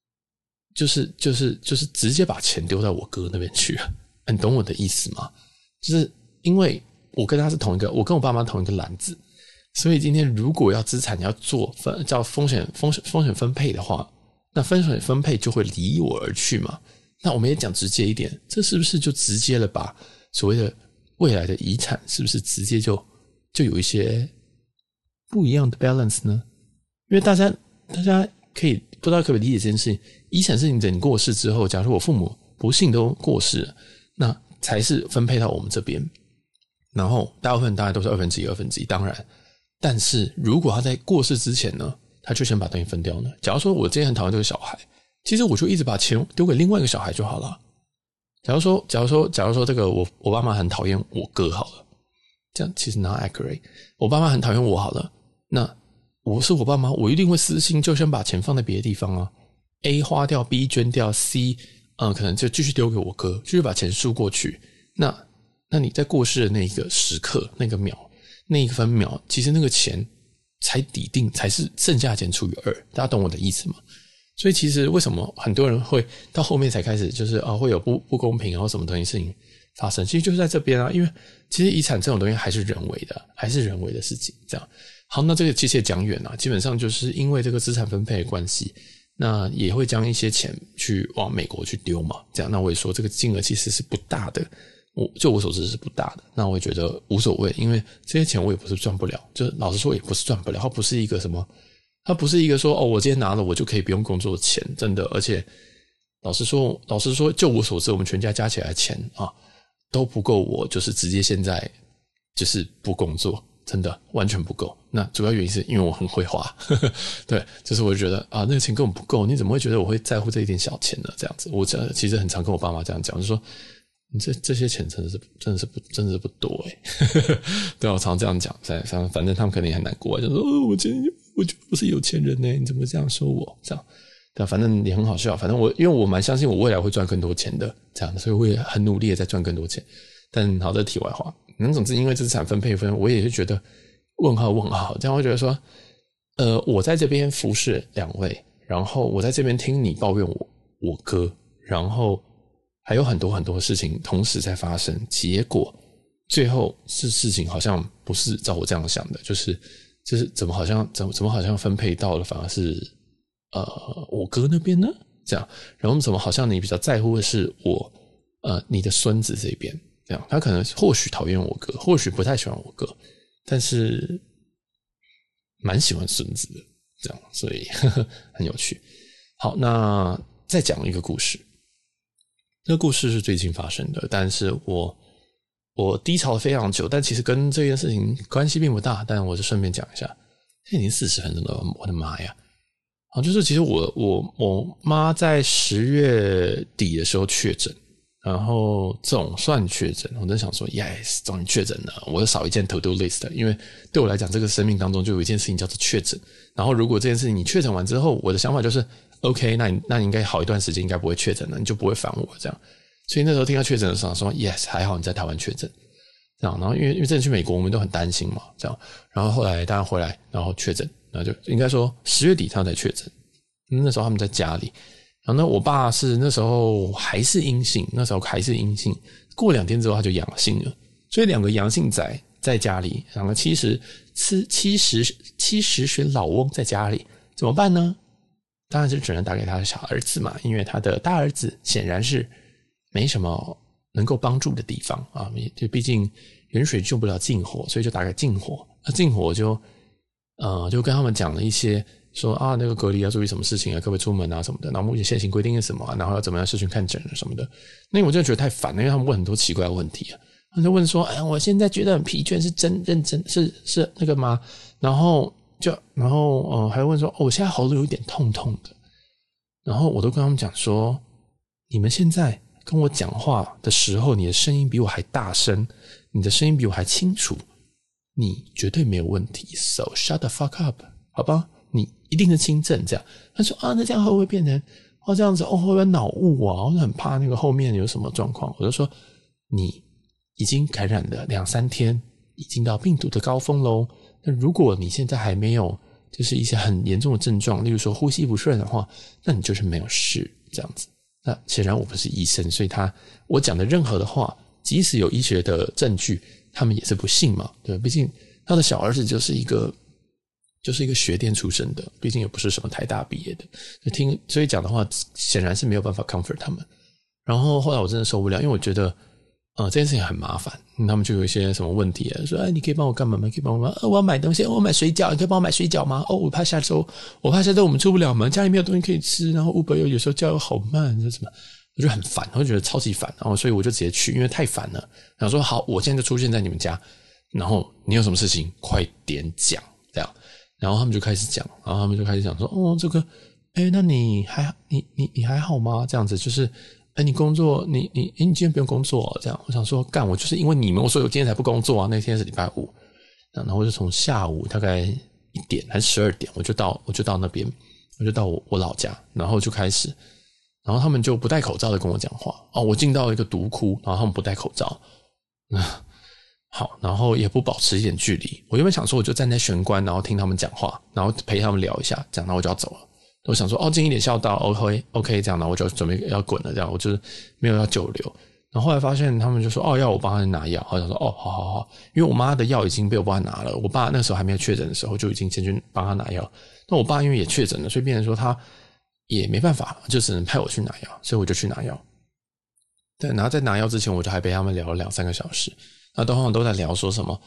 直接把钱丢到我哥那边去了。你懂我的意思吗？就是因为我跟他是同一个，我跟我爸妈同一个篮子。所以今天如果要资产要做叫风险分配的话，那风险分配就会离我而去嘛。那我们也讲直接一点，这是不是就直接了把所谓的未来的遗产是不是直接就有一些不一样的 balance 呢？因为大家可以不知道可不可以理解这件事情，遗产是你等你过世之后，假如我父母不幸都过世了，那才是分配到我们这边，然后大部分大概都是1/2当然。但是如果他在过世之前呢，他就先把东西分掉呢。假如说我今天很讨厌这个小孩，其实我就一直把钱丢给另外一个小孩就好了。假如说这个我爸妈很讨厌我哥好了，这样其实 not accurate。我爸妈很讨厌我好了，那我是我爸妈，我一定会私心就先把钱放在别的地方啊。A 花掉 ，B 捐掉 ，C 可能就继续丢给我哥，继续把钱输过去。那你在过世的那个时刻，那个秒。那一分秒，其实那个钱才抵定，才是剩下的钱除以2，大家懂我的意思吗？所以其实为什么很多人会到后面才开始就是会有不公平然后什么东西事情发生，其实就是在这边啊。因为其实遗产这种东西还是人为的事情，这样。好，那这个其实也讲远了，基本上就是因为这个资产分配的关系，那也会将一些钱去往美国去丢嘛，这样。那我也说这个金额其实是不大的。就我所知是不大的，那我也觉得无所谓，因为这些钱我也不是赚不了，就是老实说也不是赚不了，它不是一个什么，它不是一个说我今天拿了我就可以不用工作的钱，真的。而且老实说，就我所知，我们全家加起来的钱都不够我就是直接现在就是不工作，真的完全不够。那主要原因是因为我很会花，对，就是我觉得那个钱根本不够，你怎么会觉得我会在乎这一点小钱呢？这样子，我其实很常跟我爸妈这样讲，就是说。你这些钱真的是不多对啊，我常这样讲，反正他们肯定很难过，就说我就不是有钱人呢，你怎么这样说我？这样，对啊，反正也很好笑。反正因为我蛮相信我未来会赚更多钱的，这样的，所以我也很努力的在赚更多钱。但好，这题外话。 那总之因为资产分配分，我也是觉得问号问号，这样会觉得说，我在这边服侍2位，然后我在这边听你抱怨我哥，然后还有很多很多事情同时在发生，结果最后事情好像不是照我这样想的，就是怎么好像分配到了反而是我哥那边呢？这样，然后怎么好像你比较在乎的是你的孙子这边，这样，他可能或许讨厌我哥，或许不太喜欢我哥，但是蛮喜欢孙子的，这样，所以很有趣。好，那再讲一个故事。这个故事是最近发生的，但是我低潮了非常久，但其实跟这件事情关系并不大，但我就顺便讲一下。现在已经40分钟了，我的妈呀！好，就是其实我妈在10月底的时候确诊，然后总算确诊，我真想说 yes， 终于确诊了，我又少一件 to do list， 因为对我来讲，这个生命当中就有一件事情叫做确诊。然后如果这件事情你确诊完之后，我的想法就是 OK， 那你应该好一段时间应该不会确诊了，你就不会烦我这样。所以那时候听到确诊的时候说 yes， 还好你在台湾确诊。这样，然后因为真的去美国，我们都很担心嘛，这样，然后后来当然回来，然后确诊，然后就应该说10月底他才确诊，那时候他们在家里，然后呢，我爸是那时候还是阴性，过2天之后他就阳性了，所以2个阳性仔在家里，2个70岁老翁在家里，怎么办呢？当然是只能打给他的小儿子嘛，因为他的大儿子显然是没什么能够帮助的地方啊，就毕竟远水救不了近火，所以就打给近火。那近火就跟他们讲了一些说啊，那个隔离要注意什么事情啊，可不可以出门啊什么的，然后目前现行规定是什么啊，然后要怎么样视讯看诊什么的。那我真的觉得太烦了，因为他们问很多奇怪的问题啊，他就问说，我现在觉得很疲倦，是真认真是那个吗？然后还问说，我现在喉咙有点痛痛的。然后我都跟他们讲说，你们现在跟我讲话的时候，你的声音比我还大声，你的声音比我还清楚，你绝对没有问题 ，so shut the fuck up， 好吧？你一定是轻症这样。他说那这样会不会变成这样子会不会脑雾啊？我很怕那个后面有什么状况。我就说你已经感染了2-3天，已经到病毒的高峰咯。那如果你现在还没有就是一些很严重的症状，例如说呼吸不顺的话，那你就是没有事这样子。那显然我不是医生，所以我讲的任何的话，即使有医学的证据，他们也是不信嘛，对，毕竟他的小儿子就是一个学电出身的，毕竟也不是什么台大毕业的，所以讲的话显然是没有办法 comfort 他们。然后后来我真的受不了，因为我觉得这件事情很麻烦，他们就有一些什么问题啊，说你可以帮我干嘛吗？可以帮我吗？我要买东西，我买水饺，你可以帮我买水饺吗？我怕下周我们出不了门，家里没有东西可以吃，然后 Uber 有时候叫好慢，这什么，我就很烦，我就觉得超级烦，然后所以我就直接去，因为太烦了，想说好，我现在就出现在你们家，然后你有什么事情快点讲，这样，然后他们就开始讲，说这个那你还好吗？这样子就是你工作你今天不用工作这样。我想说干，我就是因为你们，所以我今天才不工作啊，那天是礼拜五，然后我就从下午大概1点还是12点我就到那边，我就到我老家，然后就开始，然后他们就不戴口罩的跟我讲话我进到一个毒窟，然后他们不戴口罩好，然后也不保持一点距离。我原本想说我就站在玄关，然后听他们讲话，然后陪他们聊一下这样，然后我就要走了。我想说尽一点孝道 OK 这样，然后我就准备要滚了这样，我就是没有要久留。然后后来发现他们就说要我帮他拿药，我想说好，因为我妈的药已经被我帮他拿了，我爸那时候还没有确诊的时候就已经先去帮他拿药。那我爸因为也确诊了，所以变成说他也没办法，就只能派我去拿药，所以我就去拿药。对，然后在拿药之前我就还陪他们聊了2-3个小时，那通常都在聊说什么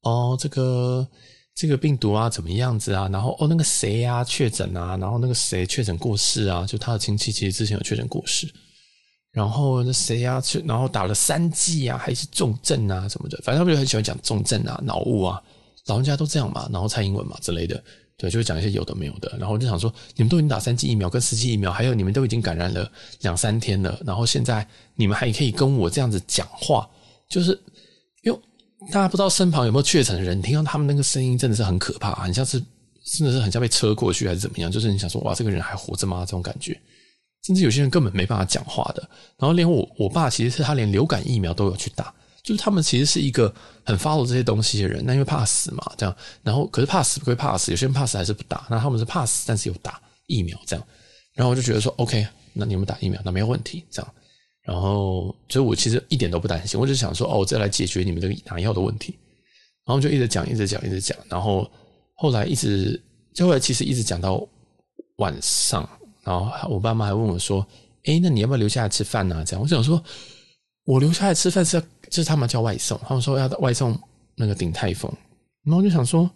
这个病毒啊怎么样子啊，然后那个谁啊确诊啊，然后那个谁确诊过世啊，就他的亲戚其实之前有确诊过世，然后那谁啊然后打了3剂啊还是重症啊什么的，反正他们就很喜欢讲重症啊脑雾啊，老人家都这样嘛，然后蔡英文嘛之类的，对，就会讲一些有的没有的。然后我就想说你们都已经打3剂疫苗跟4剂疫苗，还有你们都已经感染了2-3天了，然后现在你们还可以跟我这样子讲话，就是因为大家不知道身旁有没有确诊的人，你听到他们那个声音真的是很可怕，很像是真的是很像被车过去还是怎么样，就是你想说哇这个人还活着吗这种感觉。甚至有些人根本没办法讲话的。然后连我爸其实是他连流感疫苗都有去打， 就是他们其实是一个很 follow 这些东西的人，那因为怕死嘛，这样，然后可是怕死归怕死，有些人怕死还是不打，那他们是怕死但是有打疫苗这样，然后我就觉得说 OK， 那你们打疫苗那没有问题这样，然后所以我其实一点都不担心，我就想说我再来解决你们这个拿药的问题，然后就一直讲，然后后来其实一直讲到晚上，然后我爸妈还问我说那你要不要留下来吃饭啊这样，我想说我留下来吃饭就是他们叫外送，他们说要外送那个鼎泰丰，然后我就想说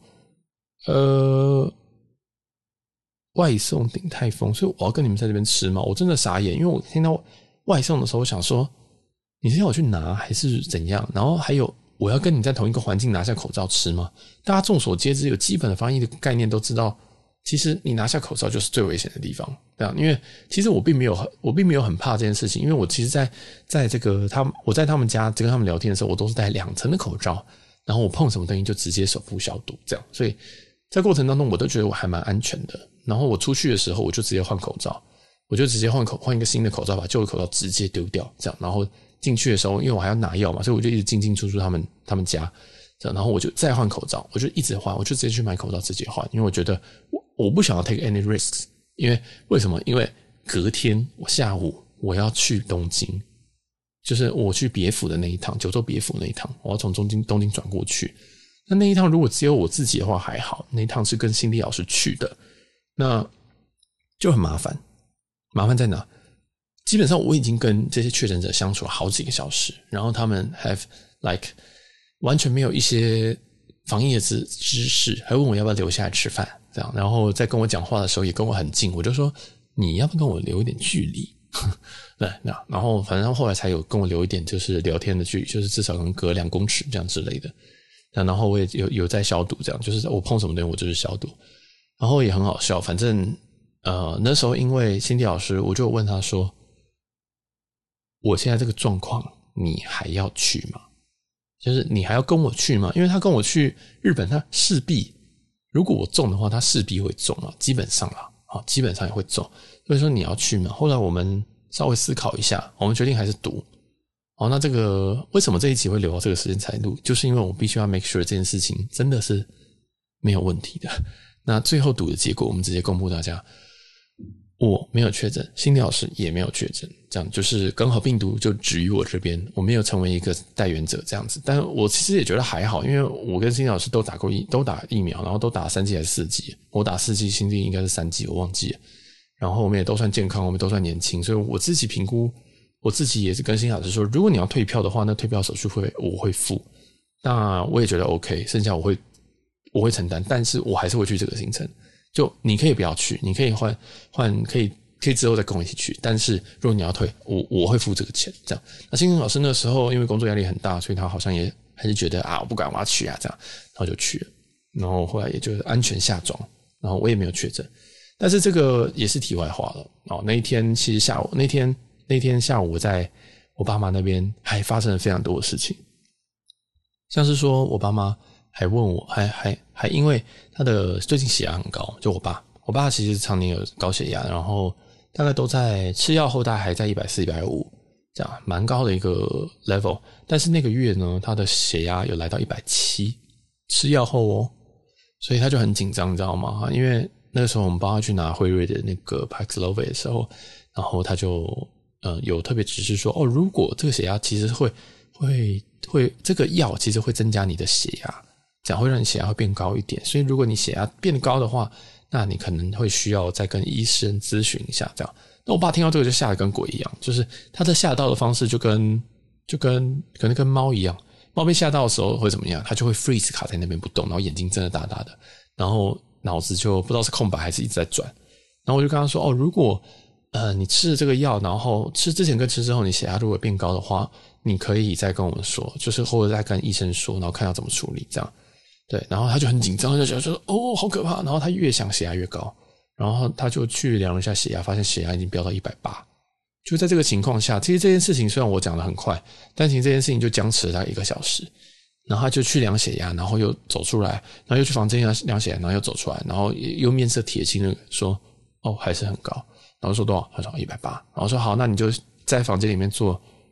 外送鼎泰丰，所以我要跟你们在这边吃吗？我真的傻眼，因为我听到外送的时候我想说你是要我去拿还是怎样，然后还有我要跟你在同一个环境拿下口罩吃吗？大家众所皆知有基本的防疫的概念都知道，其实你拿下口罩就是最危险的地方，这样，因为其实我并没有很怕这件事情，因为我其实在这个我在他们家跟他们聊天的时候，我都是戴2层的口罩，然后我碰什么东西就直接手部消毒，这样，所以在过程当中我都觉得我还蛮安全的。然后我出去的时候我就直接换口罩，我就直接换一个新的口罩，把旧的口罩直接丢掉，这样，然后进去的时候因为我还要拿药嘛，所以我就一直进出他们家，这样，然后我就再换口罩，我就一直换，我就直接去买口罩直接换，因为我觉得我不想要 take any risks， 因为什么？因为隔天我下午我要去东京，就是我去别府的那一趟，九州别府那一趟，我要从东京转过去。那一趟如果只有我自己的话还好，那一趟是跟辛迪老师去的，那就很麻烦。麻烦在哪？基本上我已经跟这些确诊者相处了好几个小时，然后他们 have like 完全没有一些防疫的知识，还问我要不要留下来吃饭，这样，然后在跟我讲话的时候也跟我很近，我就说你要不要跟我留一点距离？对，然后反正后来才有跟我留一点就是聊天的距离，就是至少能隔2公尺这样之类的。然后我也有在消毒，这样，就是我碰什么东西我就是消毒，然后也很好笑。反正那时候因为辛迪老师，我就问他说，我现在这个状况你还要去吗？就是你还要跟我去吗？因为他跟我去日本，他势必如果我中的话，他势必会中啊，基本上基本上也会中。所以说你要去吗？后来我们稍微思考一下，我们决定还是读。那这个为什么这一集会留到这个时间才录？就是因为我必须要 make sure 这件事情真的是没有问题的。那最后读的结果我们直接公布大家，我没有确诊，辛迪老师也没有确诊，这样就是刚好病毒就止于我这边，我没有成为一个带原者这样子。但我其实也觉得还好，因为我跟辛迪老师都打疫苗，然后都打3剂还是4剂，我打4剂，辛迪应该是3剂，我忘记了。然后我们也都算健康，我们都算年轻，所以我自己评估，我自己也是跟辛迪老师说，如果你要退票的话，那退票手续费我会付，那我也觉得 OK， 剩下我会承担，但是我还是会去这个行程。就你可以不要去，你可以换可以之后再跟我一起去，但是如果你要退，我会付这个钱，这样。那辛迪老师那时候因为工作压力很大，所以他好像也还是觉得我不管，我要去啊，这样，然后就去了。然后后来也就是安全下庄，然后我也没有确诊。但是这个也是题外话了。那一天其实下午那天下午我在我爸妈那边还发生了非常多的事情，像是说我爸妈还问我，还因为他的最近血压很高，就我爸其实常年有高血压，然后大概都在吃药后大概还在140、150这样，蛮高的一个 level。但是那个月呢，他的血压有来到170，吃药后所以他就很紧张，你知道吗？因为那个时候我们帮他去拿辉瑞的那个 Paxlovid 的时候，然后他就有特别指示说，如果这个血压其实会这个药其实会增加你的血压，这样会让你血压会变高一点，所以如果你血压变高的话，那你可能会需要再跟医生咨询一下，这样。那我爸听到这个就吓得跟鬼一样，就是他的吓到的方式就可能跟猫一样，猫被吓到的时候会怎么样？它就会 freeze 卡在那边不动，然后眼睛睁得大大的，然后脑子就不知道是空白还是一直在转。然后我就跟他说，如果你吃了这个药，然后吃之前跟吃之后你血压如果变高的话，你可以再跟我们说，就是或者再跟医生说，然后看要怎么处理这样。对，然后他就很紧张，就觉得说好可怕，然后他越想血压越高，然后他就去量了一下血压，发现血压已经飙到180。就在这个情况下，其实这件事情虽然我讲得很快，但其实这件事情就僵持了大概1个小时。然后他就去量血压，然后又走出来，然后又去房间量血压，然后又走出来，然后又面色铁青的说还是很高，然后说多少？他说180，然后说好，那你就在房间里面做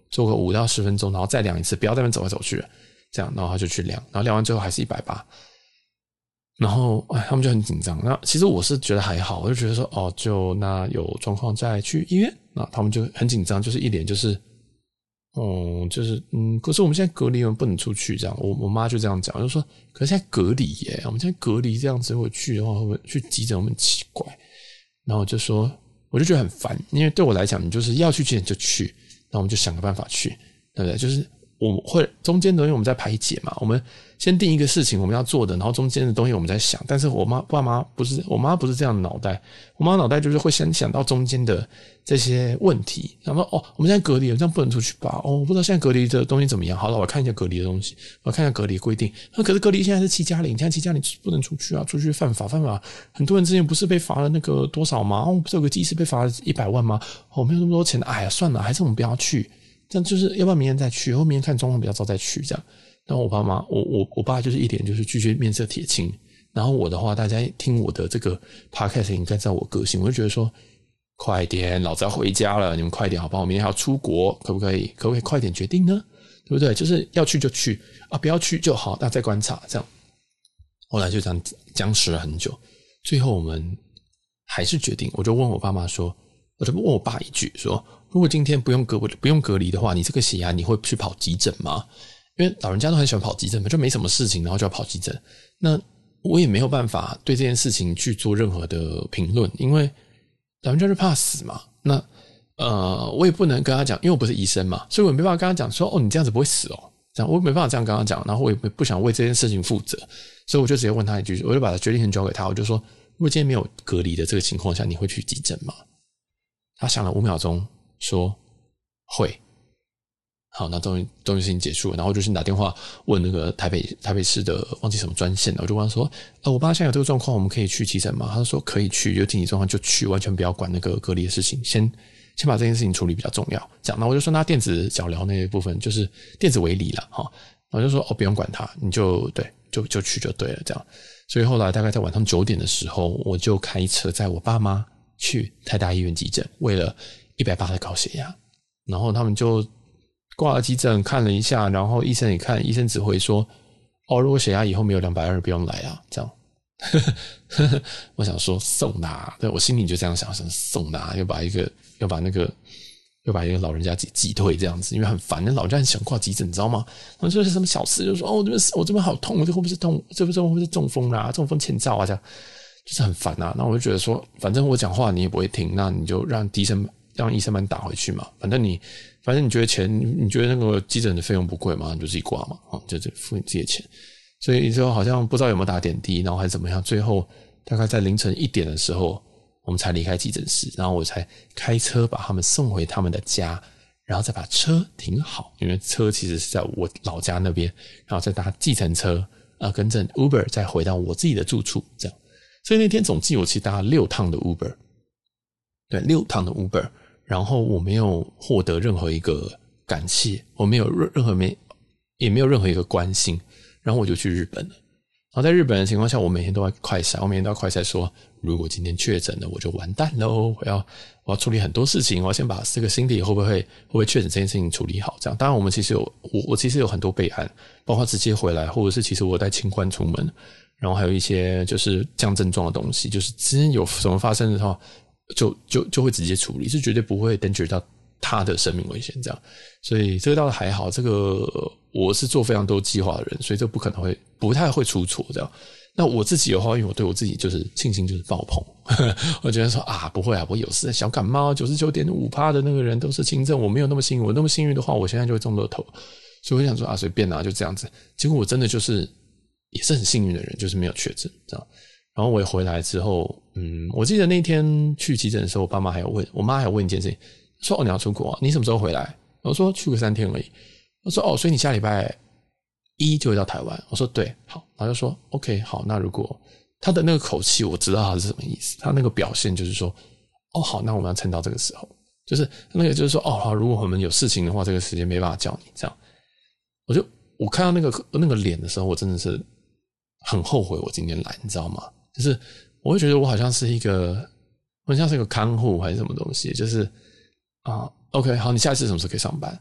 做个5到10分钟，然后再量一次，不要在那边走来走去了，这样，然后他就去量，然后量完最后还是180，然后他们就很紧张。那其实我是觉得还好，我就觉得说就那有状况再去医院。那他们就很紧张，就是一脸就是可是我们现在隔离，我们不能出去这样。我妈就这样讲，我就说可是现在隔离耶，我们现在隔离这样子回去的话，会不会去急诊？我们很奇怪。然后我就说，我就觉得很烦，因为对我来讲，你就是要去急诊就去，那我们就想个办法去，对不对？就是我会中间的东西我们在排解嘛，我们先定一个事情我们要做的，然后中间的东西我们在想。但是我妈不是这样的脑袋，我妈脑袋就是会先想到中间的这些问题，然后我们现在隔离了，这样不能出去吧？我不知道现在隔离的东西怎么样。好了，我看一下隔离的东西，我看一下隔离规定。可是隔离现在是7+0，现在7+0不能出去啊，出去犯法。很多人之前不是被罚了那个多少吗？不是有个技师被罚了100万吗？没有那么多钱，哎呀，算了，还是我们不要去。这样就是要不然明天再去，或明天看状况比较糟再去这样。然后我爸就是一脸就是拒绝面色铁青。然后我的话，大家听我的这个 podcast 应该知道我个性，我就觉得说，快点，老子要回家了，你们快点好不好？我明天还要出国，可不可以快点决定呢？对不对？就是要去就去啊，不要去就好，那再观察这样。后来就这样僵持了很久，最后我们还是决定，我就问我爸妈说，我就问我爸一句说，如果今天不用隔离的话，你这个血压你会去跑急诊吗？因为老人家都很喜欢跑急诊嘛，就没什么事情然后就要跑急诊。那我也没有办法对这件事情去做任何的评论，因为老人家就怕死嘛。那我也不能跟他讲，因为我不是医生嘛，所以我没办法跟他讲说你这样子不会死哦，这样我没办法这样跟他讲，然后我也不想为这件事情负责，所以我就直接问他一句，我就把决定权交给他，我就说，如果今天没有隔离的这个情况下，你会去急诊吗？他想了5秒钟说会。好，那终于事情结束了，然后我就先打电话问那个台北市的忘记什么专线了，我就问他说，我爸现在有这个状况，我们可以去急诊吗？他说可以去，有紧急状况就去，完全不要管那个隔离的事情，先把这件事情处理比较重要。这样，那我就说那电子脚镣那一部分就是电子围篱啦，我就说不用管它，你就去就对了，这样。所以后来大概在晚上9点的时候，我就开车载我爸妈去台大医院急诊，为了180的高血压，然后他们就挂了急诊看了一下，然后医生也看，医生只会说如果血压以后没有220不用来啊，这样。我想说送他，对，我心里就这样想送他，又把一个老人家挤退这样子，因为很烦，那老人家很想挂急诊，你知道吗？然后就是什么小事就说我这边好痛，这会不会是痛？这会不会是中风啦？中风前兆啊，这样就是很烦啊。那我就觉得说，反正我讲话你也不会听，那你就让医生把你打回去嘛。反正你觉得你觉得那个急诊的费用不贵嘛，你就自己挂嘛，就付你自己的钱。所以之后好像不知道有没有打点滴，然后还是怎么样，最后大概在凌晨1点的时候，我们才离开急诊室，然后我才开车把他们送回他们的家，然后再把车停好，因为车其实是在我老家那边，然后再搭计程车跟着 Uber 再回到我自己的住处，这样。所以那天总计我其实搭了6趟的 Uber， 对，6趟的 Uber， 然后我没有获得任何一个感谢，我没有也没有任何一个关心，然后我就去日本了。然后在日本的情况下，我每天都要快筛，说如果今天确诊了，我就完蛋喽！我要处理很多事情，我要先把这个心理会不会确诊这件事情处理好。这样，当然我们其实我其实有很多备案，包括直接回来，或者是其实我带清冠出门，然后还有一些就是降症状的东西，就是之前有什么发生的话，就会直接处理，是绝对不会 danger 到他的生命危险这样。所以这个倒是还好，这个我是做非常多计划的人，所以这不太会出错这样。那我自己的话，因为我对我自己就是信心就是爆棚，我觉得说不会我有事，小感冒 99.5% 的那个人都是轻症，我没有那么幸运，我那么幸运的话，我现在就会中乐透。所以我想说随便就这样子。结果我真的就是也是很幸运的人，就是没有确诊这样。然后我也回来之后，我记得那天去急诊的时候，我妈还有问一件事情，说你要出国你什么时候回来？我说去个3天而已。我说所以你下礼拜1就会到台湾？我说对，好。然后就说 OK 好，那如果他的那个口气我知道他是什么意思，他那个表现就是说好，那我们要撑到这个时候，就是那个就是说好，如果我们有事情的话，这个时间没办法叫你这样。我看到那个脸的时候，我真的是很后悔我今天来，你知道吗？就是我会觉得我好像是一个看护还是什么东西，就是OK 好，你下一次什么时候可以上班？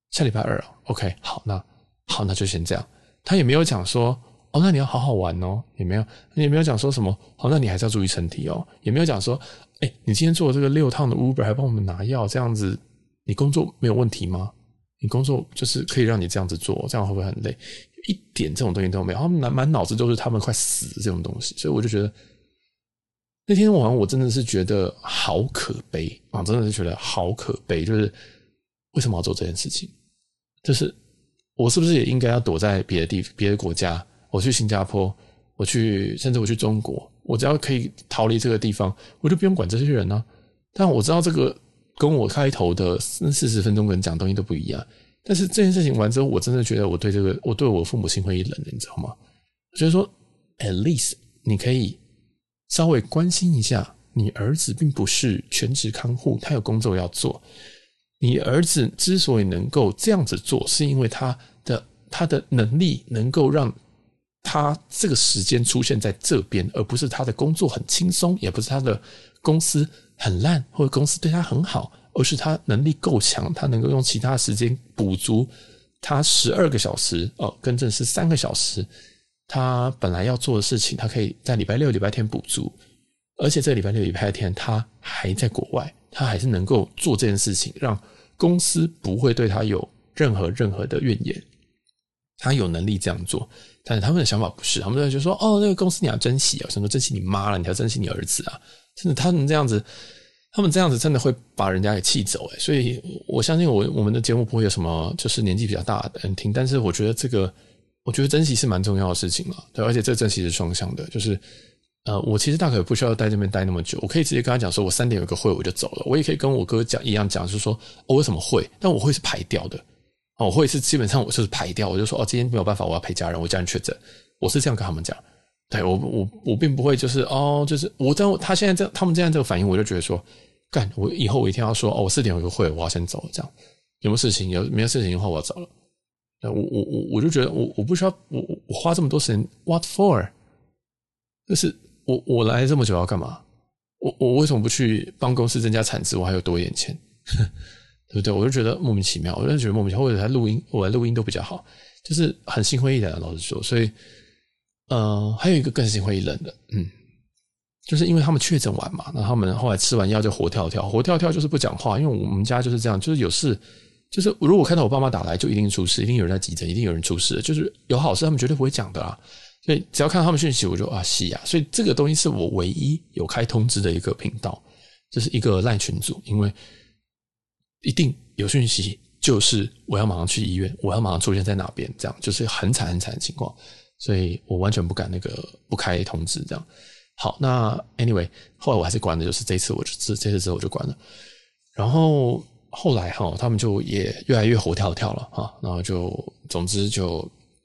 下礼拜二OK， 好，那就先这样。他也没有讲说那你要好好玩也没有讲说什么好，那你还是要注意身体也没有讲说你今天做这个6趟的 Uber 还帮我们拿药，这样子你工作没有问题吗？你工作就是可以让你这样子做，这样会不会很累？一点这种东西都没有，他们满脑子都是他们快死这种东西，所以我就觉得那天晚上我真的是觉得好可悲真的是觉得好可悲，就是为什么要做这件事情？就是我是不是也应该要躲在别的国家？我去新加坡，甚至我去中国，我只要可以逃离这个地方，我就不用管这些人啊。但我知道这个跟我开头的40分钟跟讲的东西都不一样，但是这件事情完之后，我真的觉得我对我父母心灰意冷的，你知道吗？我觉得说 at least 你可以稍微关心一下，你儿子并不是全职看护，他有工作要做。你儿子之所以能够这样子做，是因为他的能力能够让他这个时间出现在这边，而不是他的工作很轻松，也不是他的公司很烂，或者公司对他很好，而是他能力够强，他能够用其他时间补足他12个小时更正是3个小时他本来要做的事情，他可以在礼拜六礼拜天补足，而且这礼拜六礼拜天他还在国外，他还是能够做这件事情，让公司不会对他有任何的怨言，他有能力这样做。但是他们的想法不是，他们就说那个公司你要珍惜什么珍惜你妈了，你要珍惜你儿子啊，真的他们这样子真的会把人家给气走所以我相信我们的节目不会有什么就是年纪比较大的人听，但是我觉得珍惜是蛮重要的事情了，对，而且这个珍惜是双向的，就是我其实大可不需要在这边待那么久，我可以直接跟他讲说我3点有个会我就走了，我也可以跟我哥一样讲，就是说为什么会，但我会是排掉的我会是基本上我就是排掉，我就说今天没有办法，我要陪家人，我家人确诊，我是这样跟他们讲。对，我并不会就是就是他现在他们这样这个反应，我就觉得说干，我以后我一定要说我4点有个会，我要先走了，这样有没有事情没有事情的话我要走了。我就觉得我不需要我花这么多时间 what for， 就是我来这么久要干嘛？我为什么不去帮公司增加产值，我还有多一点钱？对不对？我就觉得莫名其妙，我就觉得莫名其妙，或者我来录音都比较好，就是很心灰意冷，老实说。所以还有一个更心灰意冷的就是因为他们确诊完嘛，那他们后来吃完药就活跳跳就是不讲话，因为我们家就是这样，就是有事就是如果看到我爸妈打来就一定出事，一定有人在急诊，一定有人出事，就是有好事他们绝对不会讲的啦。所以只要看到他们讯息我就是啊，所以这个东西是我唯一有开通知的一个频道，就是一个 LINE 群组，因为一定有讯息就是我要马上去医院，我要马上出现在哪边，这样就是很惨的情况，所以我完全不敢不开通知这样。好，那 anyway 后来我还是关了，就是这次之后我就关了。然后后来他们就也越来越活跳跳了然后就总之就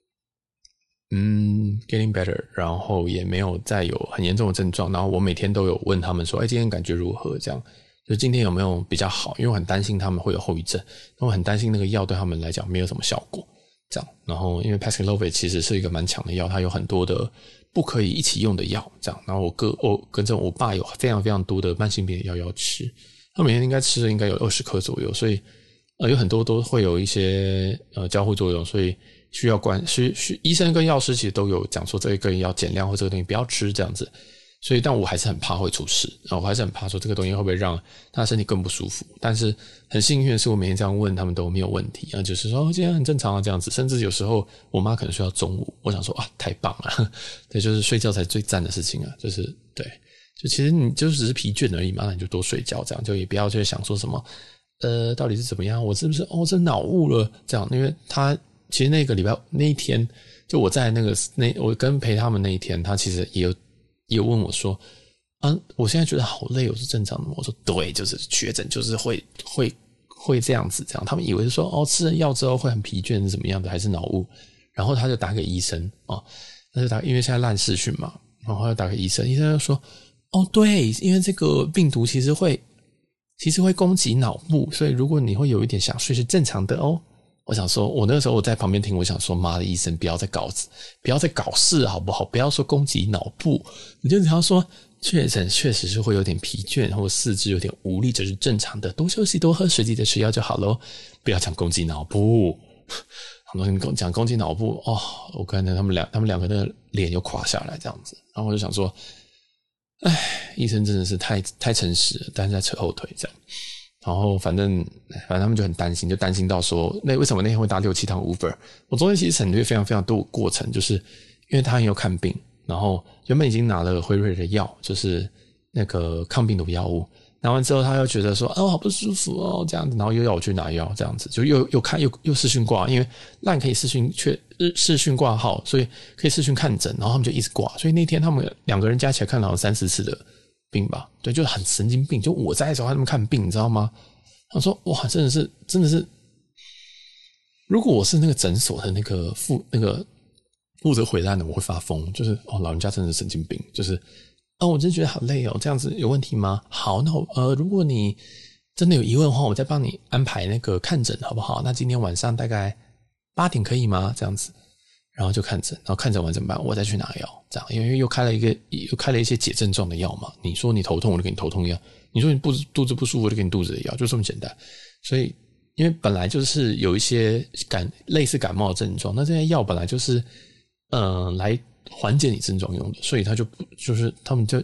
getting better， 然后也没有再有很严重的症状，然后我每天都有问他们说今天感觉如何这样，就今天有没有比较好，因为我很担心他们会有后遗症，我很担心那个药对他们来讲没有什么效果这样。然后因为 Paxlovid 其实是一个蛮强的药，它有很多的不可以一起用的药这样，然后我跟着我爸有非常非常多的慢性病的药要吃，他每天应该吃的应该有20颗左右，所以有很多都会有一些交互作用，所以需要医生跟药师其实都有讲说这个要减量或这个东西不要吃这样子。所以但我还是很怕会出事，我还是很怕说这个东西会不会让他身体更不舒服。但是很幸运的是我每天这样问他们都没有问题，就是说今天很正常这样子，甚至有时候我妈可能睡到中午，我想说太棒了，对，就是睡觉才最赞的事情就是对，就其实你就只是疲倦而已嘛，那你就多睡觉这样，就也不要去想说什么到底是怎么样，我是不是这脑雾了这样。因为他其实那个礼拜那一天，就我在我跟陪他们那一天，他其实也问我说我现在觉得好累，我是正常的吗？我说对，就是确诊就是会这样子这样。他们以为是说吃了药之后会很疲倦是怎么样的，还是脑雾。然后他就打给医生那就因为现在烂视讯嘛，然后他就打给医生，医生就说对，因为这个病毒其实会攻击脑部，所以如果你会有一点想睡是正常的我想说，我那个时候我在旁边听，我想说妈的，医生不要再搞事好不好？不要说攻击脑部，你就只要说确诊确实是会有点疲倦或四肢有点无力，这是正常的，多休息多喝水，记得吃药就好咯，不要讲攻击脑部。很多人讲攻击脑部哦，我看到他们两个的脸又垮下来这样子，然后我就想说医生真的是太诚实了，但是在扯后腿这样。然后反正他们就很担心，就担心到说为什么那天会搭6-7趟 Uber。 我中间其实省略非常非常多过程，就是因为他很有看病，然后原本已经拿了辉瑞的药，就是那个抗病毒药物，拿完之后他又觉得说好不舒服哦这样子，然后又要我去拿药这样子，就又看又视讯挂，因为LINE可以视讯挂号，所以可以视讯看诊，然后他们就一直挂，所以那天他们2个人加起来看了好像3-4次的病吧，对，就很神经病，就我在的时候他们看病，你知道吗？他说哇，真的是，如果我是那个诊所的那个负责回烂的，我会发疯，就是老人家真的是神经病，就是我真的觉得好累哦，这样子有问题吗？好，那如果你真的有疑问的话，我再帮你安排那个看诊好不好？那今天晚上大概8点可以吗？这样子。然后就看诊，然后看诊完怎么办？我再去拿药，这样，因为又开了一些解症状的药嘛。你说你头痛，我就给你头痛药；你说你肚子不舒服，我就给你肚子的药，就这么简单。所以，因为本来就是有一些类似感冒的症状，那这些药本来就是来缓解你症状用的，所以就是他们就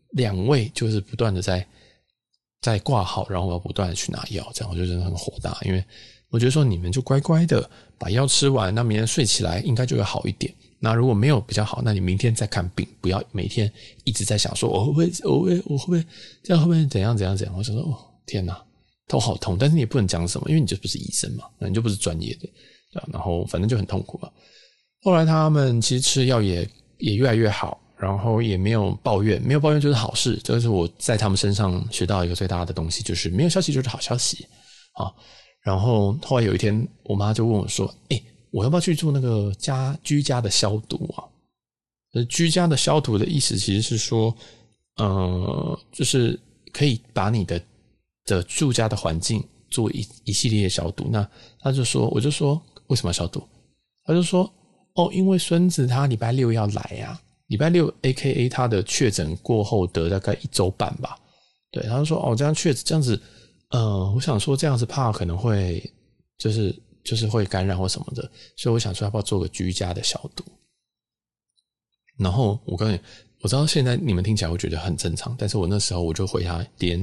2位就是不断的在挂号，然后我要不断的去拿药，这样我就真的很火大，因为我觉得说你们就乖乖的把药吃完，那明天睡起来应该就会好一点。那如果没有比较好，那你明天再看病，不要每天一直在想说我会不会这样会不会怎样。我想说天哪，头好痛，但是你也不能讲什么，因为你就不是医生嘛，你就不是专业的，对吧？然后反正就很痛苦了。后来他们其实吃药也越来越好，然后也没有抱怨，没有抱怨就是好事，这是我在他们身上学到一个最大的东西，就是没有消息就是好消息啊。然后后来有一天我妈就问我说我要不要去做那个居家的消毒啊？居家的消毒的意思其实是说就是可以把你的住家的环境做一系列的消毒。那我就说为什么要消毒？他就说因为孙子他礼拜6要来啊，礼拜6 AKA 他的确诊过后的大概1周半吧。对，他就说这样子我想说这样子怕可能会就是会感染或什么的，所以我想说要不要做个居家的消毒。然后我知道现在你们听起来会觉得很正常，但是我那时候我就回他点。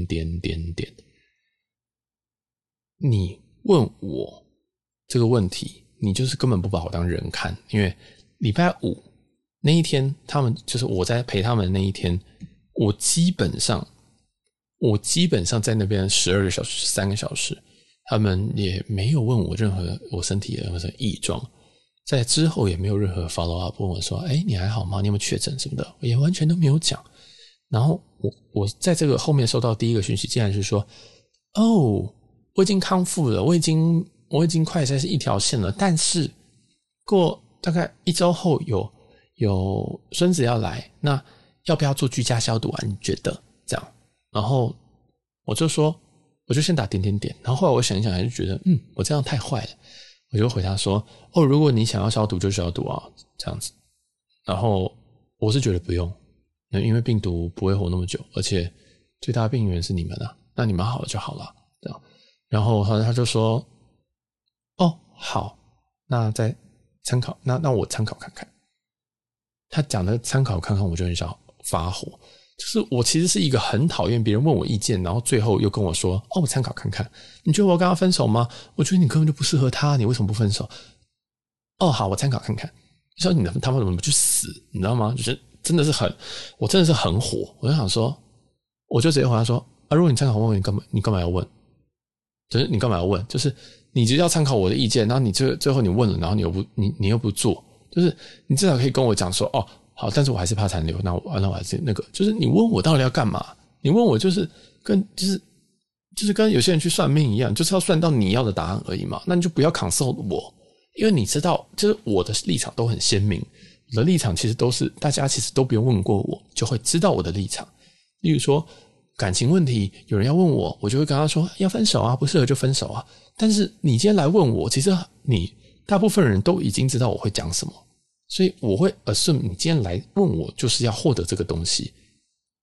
你问我这个问题，你就是根本不把我当人看，因为礼拜5那一天，他们就是我在陪他们那一天，我基本上在那边12个小时13个小时，他们也没有问我任何我身体的任何异状，在之后也没有任何 follow up 问我说你还好吗？你有没有确诊什么的，也完全都没有讲。然后我在这个后面收到第一个讯息竟然是说我已经康复了，我已经快才是一条线了，但是过大概1周后有孙子要来，那要不要做居家消毒啊？你觉得这样？然后我就先打点，然后后来我想一想还是觉得我这样太坏了，我就回他说如果你想要消毒就消毒啊，这样子。然后我是觉得不用，因为病毒不会活那么久，而且最大的病源是你们啊，那你们好了就好了这样。然后后来他就说好，那再参考，那我参考看看。他讲的参考看看我就很想发火，就是我其实是一个很讨厌别人问我意见，然后最后又跟我说我参考看看。你觉得我要跟他分手吗？我觉得你根本就不适合他，你为什么不分手？好，我参考看看。你说他们怎么不去死，你知道吗？就是我真的是很火，我就想说，我就直接回答说如果你参考问你干嘛要问？就是你干嘛要问？就是你只要参考我的意见，然后你最后你问了，然后你又不做，就是你至少可以跟我讲说好，但是我还是怕残留，那我还是那个，就是你问我到底要干嘛？你问我就是跟有些人去算命一样，就是要算到你要的答案而已嘛。那你就不要 consult 我，因为你知道，就是我的立场都很鲜明，我的立场其实都是大家其实都不用问过我就会知道我的立场。例如说感情问题，有人要问我，我就会跟他说要分手啊，不适合就分手啊。但是你今天来问我，其实你大部分人都已经知道我会讲什么，所以我会assume你今天来问我就是要获得这个东西。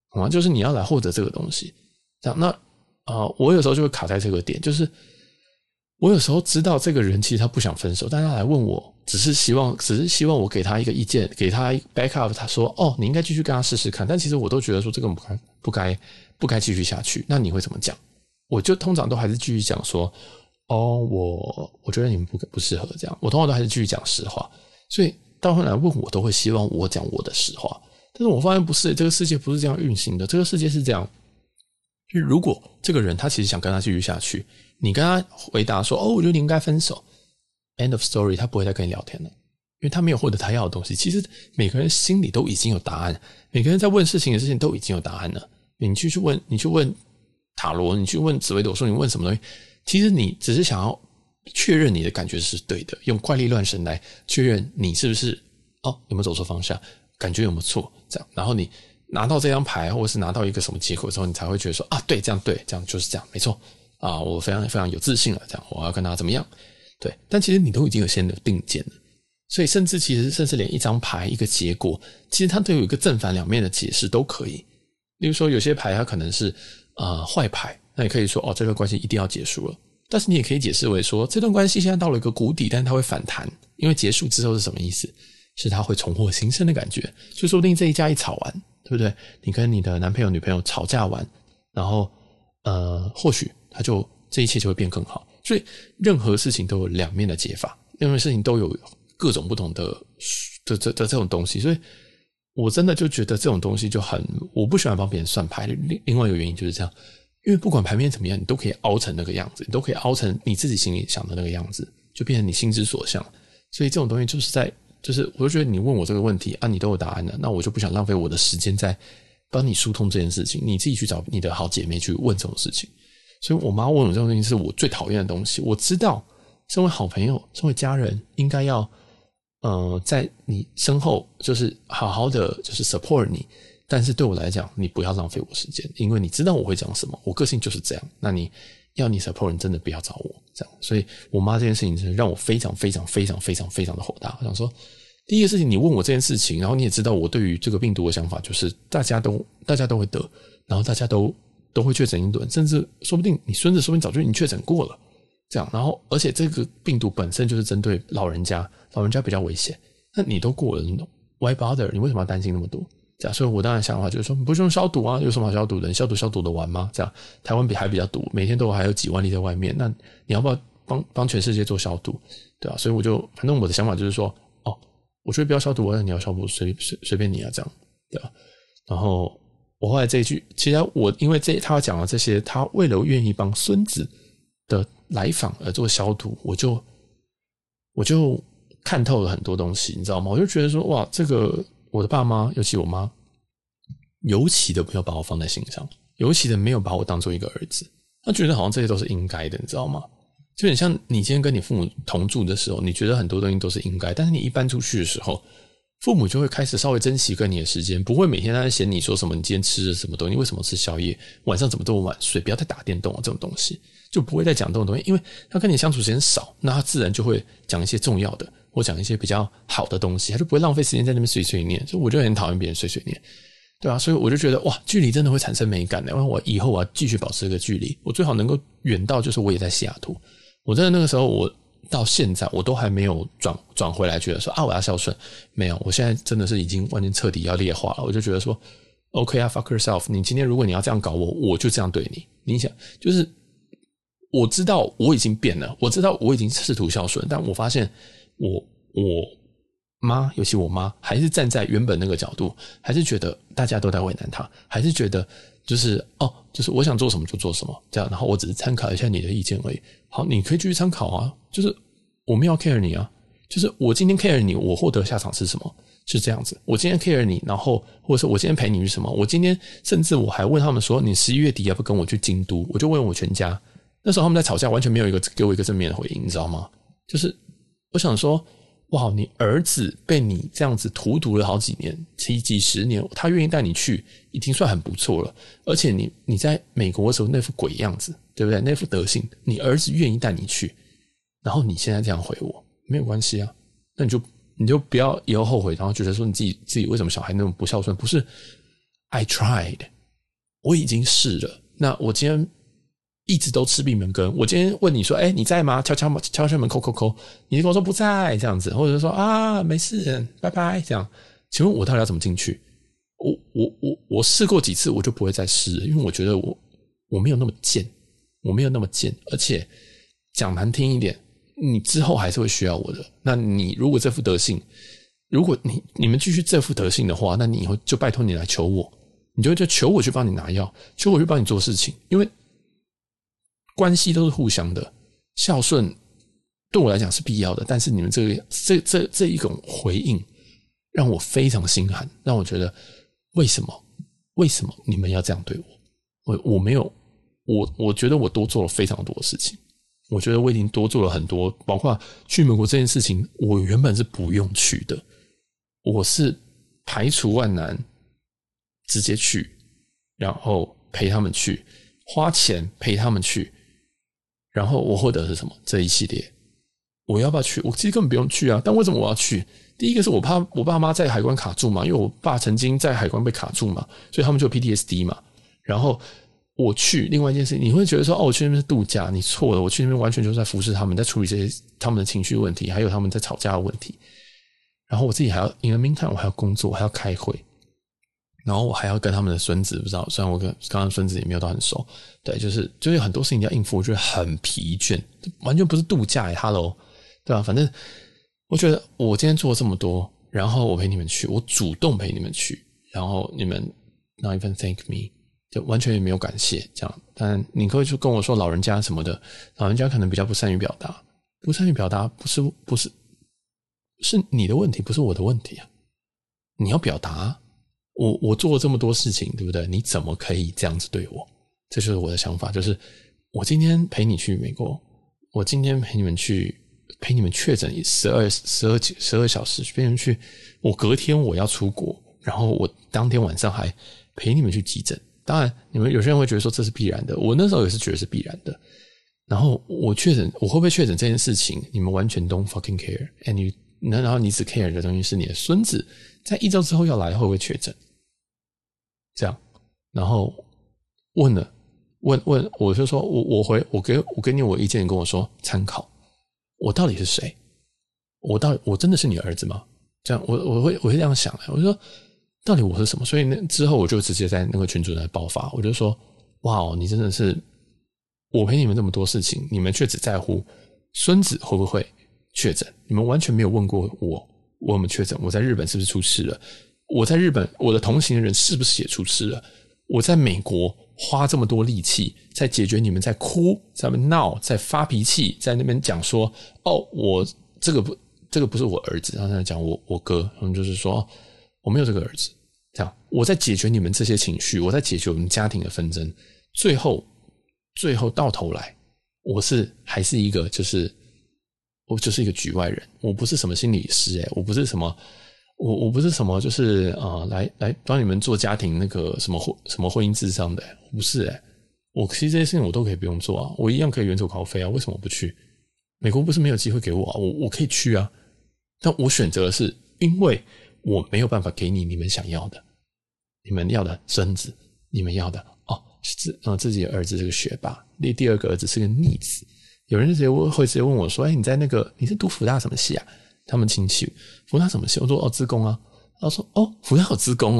就是你要来获得这个东西。这样，那我有时候就会卡在这个点，就是我有时候知道这个人其实他不想分手，但他来问我，只是希望我给他一个意见，给他 back up， 他说你应该继续跟他试试看。但其实我都觉得说这个不该继续下去。那你会怎么讲？我就通常都还是继续讲说，我觉得你们不适合这样。我通常都还是继续讲实话。所以到后来问我，都会希望我讲我的实话。但是我发现不是，这个世界不是这样运行的。这个世界是这样，就是如果这个人他其实想跟他继续下去，你跟他回答说我觉得你应该分手 ，end of story， 他不会再跟你聊天了，因为他没有获得他要的东西。其实每个人心里都已经有答案，每个人在问事情的事情都已经有答案了。你去问塔罗，你去问紫微斗数，你问什么东西，其实你只是想要确认你的感觉是对的，用怪力乱神来确认你是不是有没有走错方向，感觉有没有错，这样。然后你拿到这张牌，或者是拿到一个什么结果之后，你才会觉得说对，这样对，这样就是这样，没错我非常非常有自信了，这样我要跟他怎么样？对，但其实你都已经有先有定见了，所以甚至连一张牌一个结果，其实它都有一个正反两面的解释都可以。例如说有些牌它可能是坏牌，那你可以说这段关系一定要结束了，但是你也可以解释为说这段关系现在到了一个谷底，但是它会反弹，因为结束之后是什么意思？是它会重获新生的感觉。所以说不定这一架一吵完，对不对？你跟你的男朋友女朋友吵架完，然后或许这一切就会变更好。所以任何事情都有两面的解法，任何事情都有各种不同的这种东西。所以我真的就觉得这种东西就我不喜欢帮别人算牌。另外一个原因就是这样，因为不管牌面怎么样，你都可以凹成那个样子，你都可以凹成你自己心里想的那个样子，就变成你心之所向。所以这种东西就是我就觉得你问我这个问题你都有答案了，那我就不想浪费我的时间在帮你疏通这件事情，你自己去找你的好姐妹去问这种事情。所以我妈问我这种东西是我最讨厌的东西。我知道身为好朋友，身为家人，应该要在你身后就是好好的就是 support 你，但是对我来讲，你不要浪费我时间，因为你知道我会讲什么，我个性就是这样。那你要你 support 你真的不要找我这样。所以我妈这件事情真的让我非常非常非常非常非常的火大。我想说，第一个事情你问我这件事情，然后你也知道我对于这个病毒的想法就是大家都会得，然后大家都会确诊一轮，甚至说不定你孙子说不定早就已经确诊过了这样。然后而且这个病毒本身就是针对老人家比较危险，那你都过了，why bother？ 你为什么要担心那么多？这样，所以我当然想法就是说，你不是用消毒有什么好消毒的？你消毒的完吗？这样，台湾还比较毒，每天都还有几万例在外面，那你要不要帮全世界做消毒？对啊，所以反正我的想法就是说，我觉得不要消毒，你要消毒随便你这样，对吧？然后我后来这一句，其实因为他讲了这些，他为了愿意帮孙子的来访而做消毒，我就看透了很多东西，你知道吗？我就觉得说，哇，这个我的爸妈，尤其我妈，尤其的没有把我放在心上，尤其的没有把我当做一个儿子，他觉得好像这些都是应该的，你知道吗？就很像你今天跟你父母同住的时候，你觉得很多东西都是应该，但是你一搬出去的时候，父母就会开始稍微珍惜跟你的时间，不会每天在嫌你说什么你今天吃了什么东西，为什么吃宵夜，晚上怎么这么晚睡，不要再打电动这种东西，就不会再讲这种东西。因为他跟你相处时间少，那他自然就会讲一些重要的，或讲一些比较好的东西，他就不会浪费时间在那边碎碎念。所以我就很讨厌别人碎碎念，对啊，所以我就觉得哇，距离真的会产生美感的。因为我以后我要继续保持这个距离，我最好能够远到就是我也在西雅图。我真的那个时候，我到现在我都还没有转回来，觉得说我要孝顺，没有，我现在真的是已经完全彻底要劣化了。我就觉得说 OK fuck yourself， 你今天如果你要这样搞我，我就这样对你。你想，就是我知道我已经变了，我知道我已经试图孝顺，但我发现我妈，尤其我妈，还是站在原本那个角度，还是觉得大家都在为难她，还是觉得就是我想做什么就做什么这样，然后我只是参考一下你的意见而已。好，你可以继续参考啊，就是我没有 care 你啊，就是我今天 care 你，我获得下场是什么？是这样子。我今天 care 你，然后或者是我今天陪你是什么？我今天甚至我还问他们说，你11月底要不跟我去京都？我就问我全家，那时候他们在吵架，完全没有给我一个正面的回应，你知道吗？就是我想说，哇，你儿子被你这样子荼毒了好几年，几十年，他愿意带你去，已经算很不错了。而且你在美国的时候那副鬼样子，对不对？那副德性，你儿子愿意带你去，然后你现在这样回我，没有关系啊。那你就不要以后后悔，然后觉得说你自己为什么小孩那么不孝顺？不是 I tried， 我已经试了，那我今天一直都吃闭门羹，我今天问你说你在吗？敲敲门叩叩叩，你就跟我说不在这样子，或者是说没事拜拜这样，请问我到底要怎么进去？我试过几次我就不会再试了，因为我觉得我没有那么贱，我没有那么贱，而且讲难听一点，你之后还是会需要我的。那你如果这副德性，如果你们继续这副德性的话，那你以后就拜托你来求我，你就求我去帮你拿药，求我去帮你做事情，因为关系都是互相的，孝顺对我来讲是必要的，但是你们这一种回应让我非常心寒，让我觉得为什么你们要这样对我？我没有，我觉得我多做了非常多的事情，我觉得我已经多做了很多，包括去美国这件事情，我原本是不用去的，我是排除万难直接去，然后陪他们去，花钱陪他们去，然后我获得的是什么？这一系列我要不要去？我其实根本不用去啊，但为什么我要去？第一个是我怕我爸妈在海关卡住嘛，因为我爸曾经在海关被卡住嘛，所以他们就有 PTSD 嘛。然后我去，另外一件事情，你会觉得说我去那边是度假，你错了，我去那边完全就是在服侍他们，在处理这些他们的情绪问题，还有他们在吵架的问题。然后我自己还要 in the meantime 我还要工作，我还要开会，然后我还要跟他们的孙子，不知道，虽然我跟刚刚孙子也没有到很熟，对，就是有很多事情要应付，我觉得很疲倦，完全不是度假hello， 对吧？反正我觉得我今天做了这么多，然后我陪你们去，我主动陪你们去，然后你们 not even thank me， 就完全也没有感谢这样。但你可以就跟我说老人家什么的，老人家可能比较不善于表达，不善于表达不是是你的问题，不是我的问题啊！你要表达啊，我做了这么多事情，对不对？你怎么可以这样子对我？这就是我的想法，就是我今天陪你去美国，我今天陪你们确诊12小时，陪你们去，我隔天我要出国，然后我当天晚上还陪你们去急诊。当然，你们有些人会觉得说这是必然的，我那时候也是觉得是必然的。然后我确诊，我会不会确诊这件事情，你们完全 don't fucking care， 然后你只 care 的东西是你的孙子在1周之后要来会不会确诊，这样，然后问，我就说我给你我意见，你跟我说参考，我到底是谁？我真的是你的儿子吗？这样我会这样想，我就说到底我是什么？所以之后我就直接在那个群组来爆发，我就说哇，你真的是，我陪你们这么多事情，你们却只在乎孙子会不会确诊，你们完全没有问过我有没有确诊，我在日本是不是出事了，我在日本我的同行的人是不是也出事了，我在美国花这么多力气在解决你们在哭在那边闹在发脾气在那边讲说我这个不是我儿子，然后在讲我哥，他们就是说我没有这个儿子，这样我在解决你们这些情绪，我在解决我们家庭的纷争，最后到头来我还是一个我就是一个局外人，我不是什么心理师我不是什么我不是什么就是来帮你们做家庭那个什么婚姻智商的我不是我其实这些事情我都可以不用做啊，我一样可以远走高飞啊，为什么不去？美国不是没有机会给我啊，我可以去啊，但我选择的是因为我没有办法给你们想要的，你们要的孙子，你们要的自己的儿子这个学霸，第二个儿子是个逆子，有人会直接问我说你是读辅大什么系啊？他们亲戚辅大什么系？我说资工啊，他说辅大有资工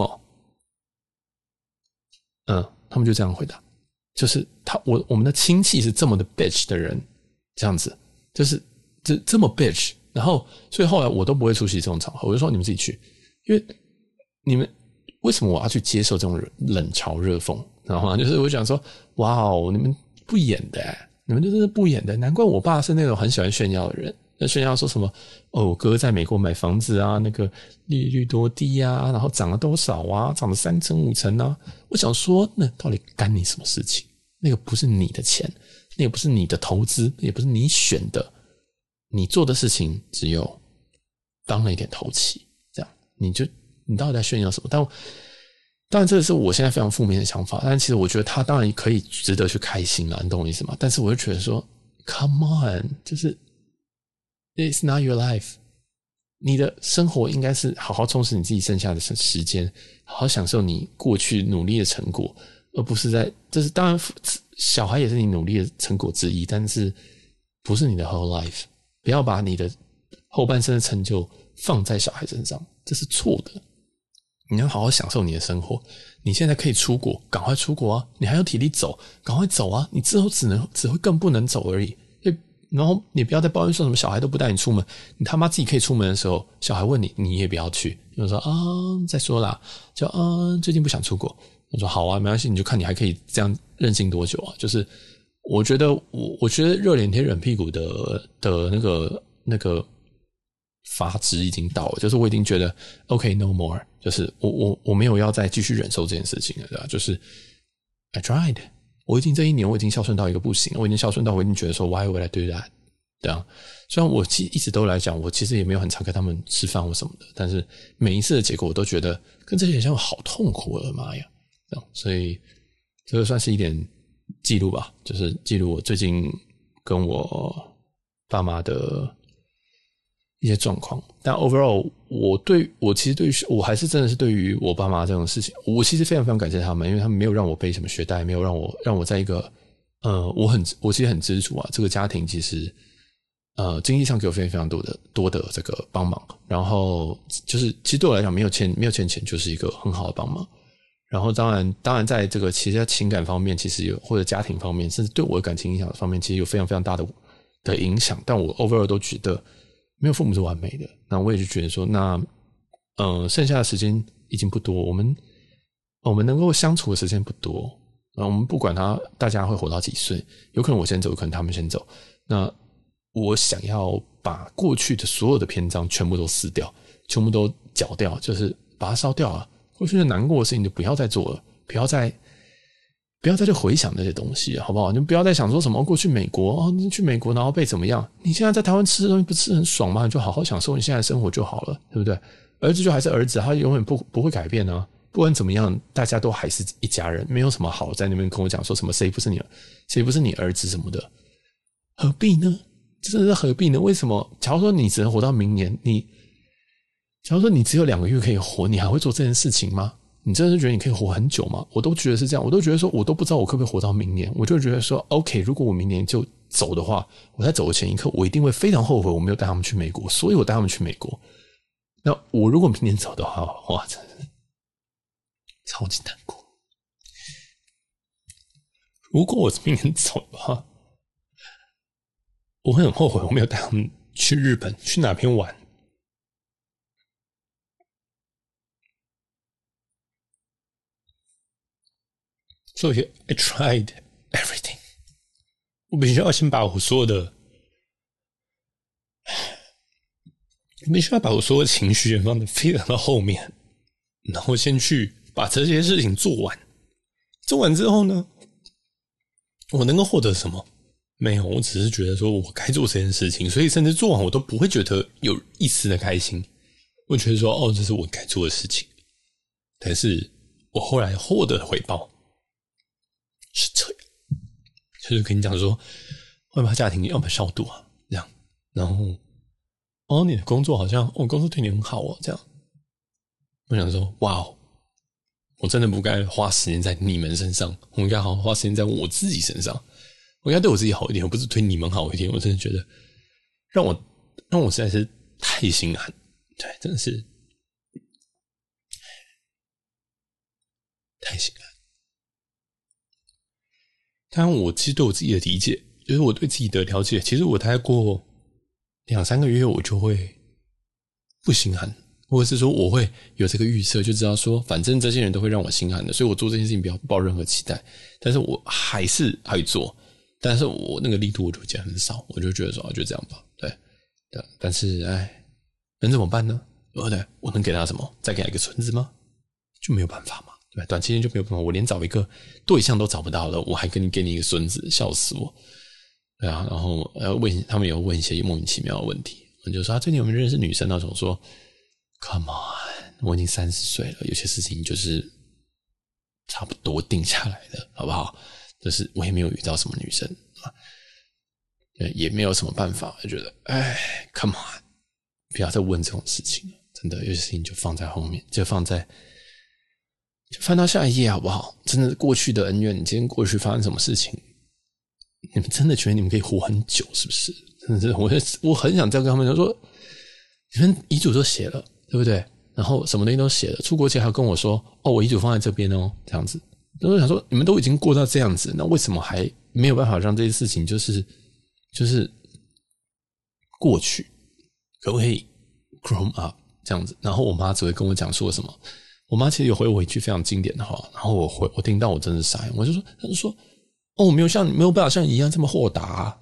他们就这样回答，就是我们的亲戚是这么的 bitch 的人，这样子就是这么 bitch， 然后所以后来我都不会出席这种场合，我就说你们自己去，因为你们为什么我要去接受这种冷嘲热讽，知道吗？就是我想说哇你们不演的你们就是不演的，难怪我爸是那种很喜欢炫耀的人，那炫耀说什么我哥在美国买房子啊，那个利率多低啊，然后涨了多少啊，涨了3成5成啊，我想说那到底干你什么事情？那个不是你的钱，那也不是你的投资，也不是你选的，你做的事情只有当了一点头期，这样你到底在炫耀什么？当然这是我现在非常负面的想法，但其实我觉得他当然可以值得去开心啦，你懂我意思吗？但是我就觉得说 come on， 就是 it's not your life， 你的生活应该是好好充实你自己剩下的时间，好好享受你过去努力的成果， 而不是这是当然小孩也是你努力的成果之一，但是不是你的 whole life， 不要把你的后半生的成就放在小孩身上，这是错的。你要好好享受你的生活，你现在可以出国，赶快出国啊！你还有体力走，赶快走啊！你之后只会更不能走而已。然后你不要再抱怨说什么小孩都不带你出门，你他妈自己可以出门的时候，小孩问你，你也不要去。就说再说啦，就最近不想出国。我说好啊，没关系，你就看你还可以这样任性多久啊？就是我觉得热脸贴冷屁股的那个阀值已经到了，就是我已经觉得 OK no more， 就是我没有要再继续忍受这件事情了，对吧？就是 I tried。我已经这一年我已经孝顺到一个不行，我已经孝顺到我已经觉得说 why would I do that？ 对啊，虽然我一直都来讲，我其实也没有很常跟他们吃饭或什么的，但是每一次的结果我都觉得跟这些人相处好痛苦，我的妈呀！所以这个算是一点记录吧，就是记录我最近跟我爸妈的一些状况。但 overall 我其实我还是真的是对于我爸妈这种事情，我其实非常非常感谢他们，因为他们没有让我背什么学贷，没有让我在一个我其实很知足啊，这个家庭其实经济上给我非常非常多的这个帮忙，然后就是其实对我来讲没有欠钱就是一个很好的帮忙。然后当然在这个其实在情感方面其实或者家庭方面，甚至对我的感情影响方面，其实有非常非常大的影响，但我 overall 都觉得没有父母是完美的。那我也就觉得说，那剩下的时间已经不多，我们能够相处的时间不多。我们不管大家会活到几岁，有可能我先走，有可能他们先走。那我想要把过去的所有的篇章全部都撕掉，全部都绞掉，就是把它烧掉了。过去的难过的事情就不要再做了，不要再去回想那些东西，好不好？你不要再想说什么过去美国去美国然后被怎么样？你现在在台湾吃的东西不吃很爽吗？你就好好享受你现在的生活就好了，对不对？儿子就还是儿子，他永远不会改变啊。不管怎么样，大家都还是一家人，没有什么好在那边跟我讲说什么谁不是你儿子什么的，何必呢？真的是何必呢？为什么？假如说你只能活到明年，假如说你只有2个月可以活，你还会做这件事情吗？你真的是觉得你可以活很久吗？我都觉得是这样，我都觉得说我都不知道我可不可以活到明年，我就觉得说 OK， 如果我明年就走的话，我在走的前一刻我一定会非常后悔我没有带他们去美国，所以我带他们去美国。那我如果明年走的话，哇，真的是超级难过。如果我明年走的话，我会很后悔我没有带他们去日本，去哪边玩。所以 I tried everything。 我必须要先把我所有的，必须要把我所有的情绪放得非常的后面，然后先去把这些事情做完。做完之后呢，我能够获得什么？没有，我只是觉得说我该做这件事情，所以甚至做完我都不会觉得有一丝的开心。我觉得说这是我该做的事情，但是我后来获得的回报是这样，就是跟你讲说，外包家庭要不要消毒啊？这样，然后你的工作好像工作对你很好哦，这样。我想说，哇，我真的不该花时间在你们身上，我应该好好花时间在我自己身上。我应该对我自己好一点，我不是对你们好一点。我真的觉得让我实在是太心寒，对，真的是太心寒。当然我其实对我自己的理解，就是我对自己的了解，其实我大概过2-3个月我就会不心寒，或者是说我会有这个预测，就知道说反正这些人都会让我心寒的，所以我做这件事情不要抱任何期待。但是我还是会做，但是我那个力度我就减很少，我就觉得说就这样吧，对。但是能怎么办呢？对，我能给他什么？再给他一个孙子吗？就没有办法嘛，对吧？短期内就没有办法，我连找一个对象都找不到了，我还给你一个孙子，笑死我。对啊，然后他们有问一些莫名其妙的问题，我就说最近有没有认识女生那种，说 Come on， 我已经30岁了，有些事情就是差不多定下来的，好不好？就是我也没有遇到什么女生啊，也没有什么办法，就觉得come on， 不要再问这种事情了，真的，有些事情就放在后面，就放在就翻到下一页好不好？真的过去的恩怨，你今天过去发生什么事情？你们真的觉得你们可以活很久是不是？真的是我很想这样跟他们说，你们遗嘱都写了，对不对？然后什么东西都写了，出国前还跟我说，我遗嘱放在这边哦，这样子。我想说，你们都已经过到这样子，那为什么还没有办法让这些事情就是过去？可不可以 grown up 这样子？然后我妈只会跟我讲说什么？我妈其实有回我一句非常经典的话，然后我听到我真的傻眼，她就说，我没有办法像你一样这么豁达啊。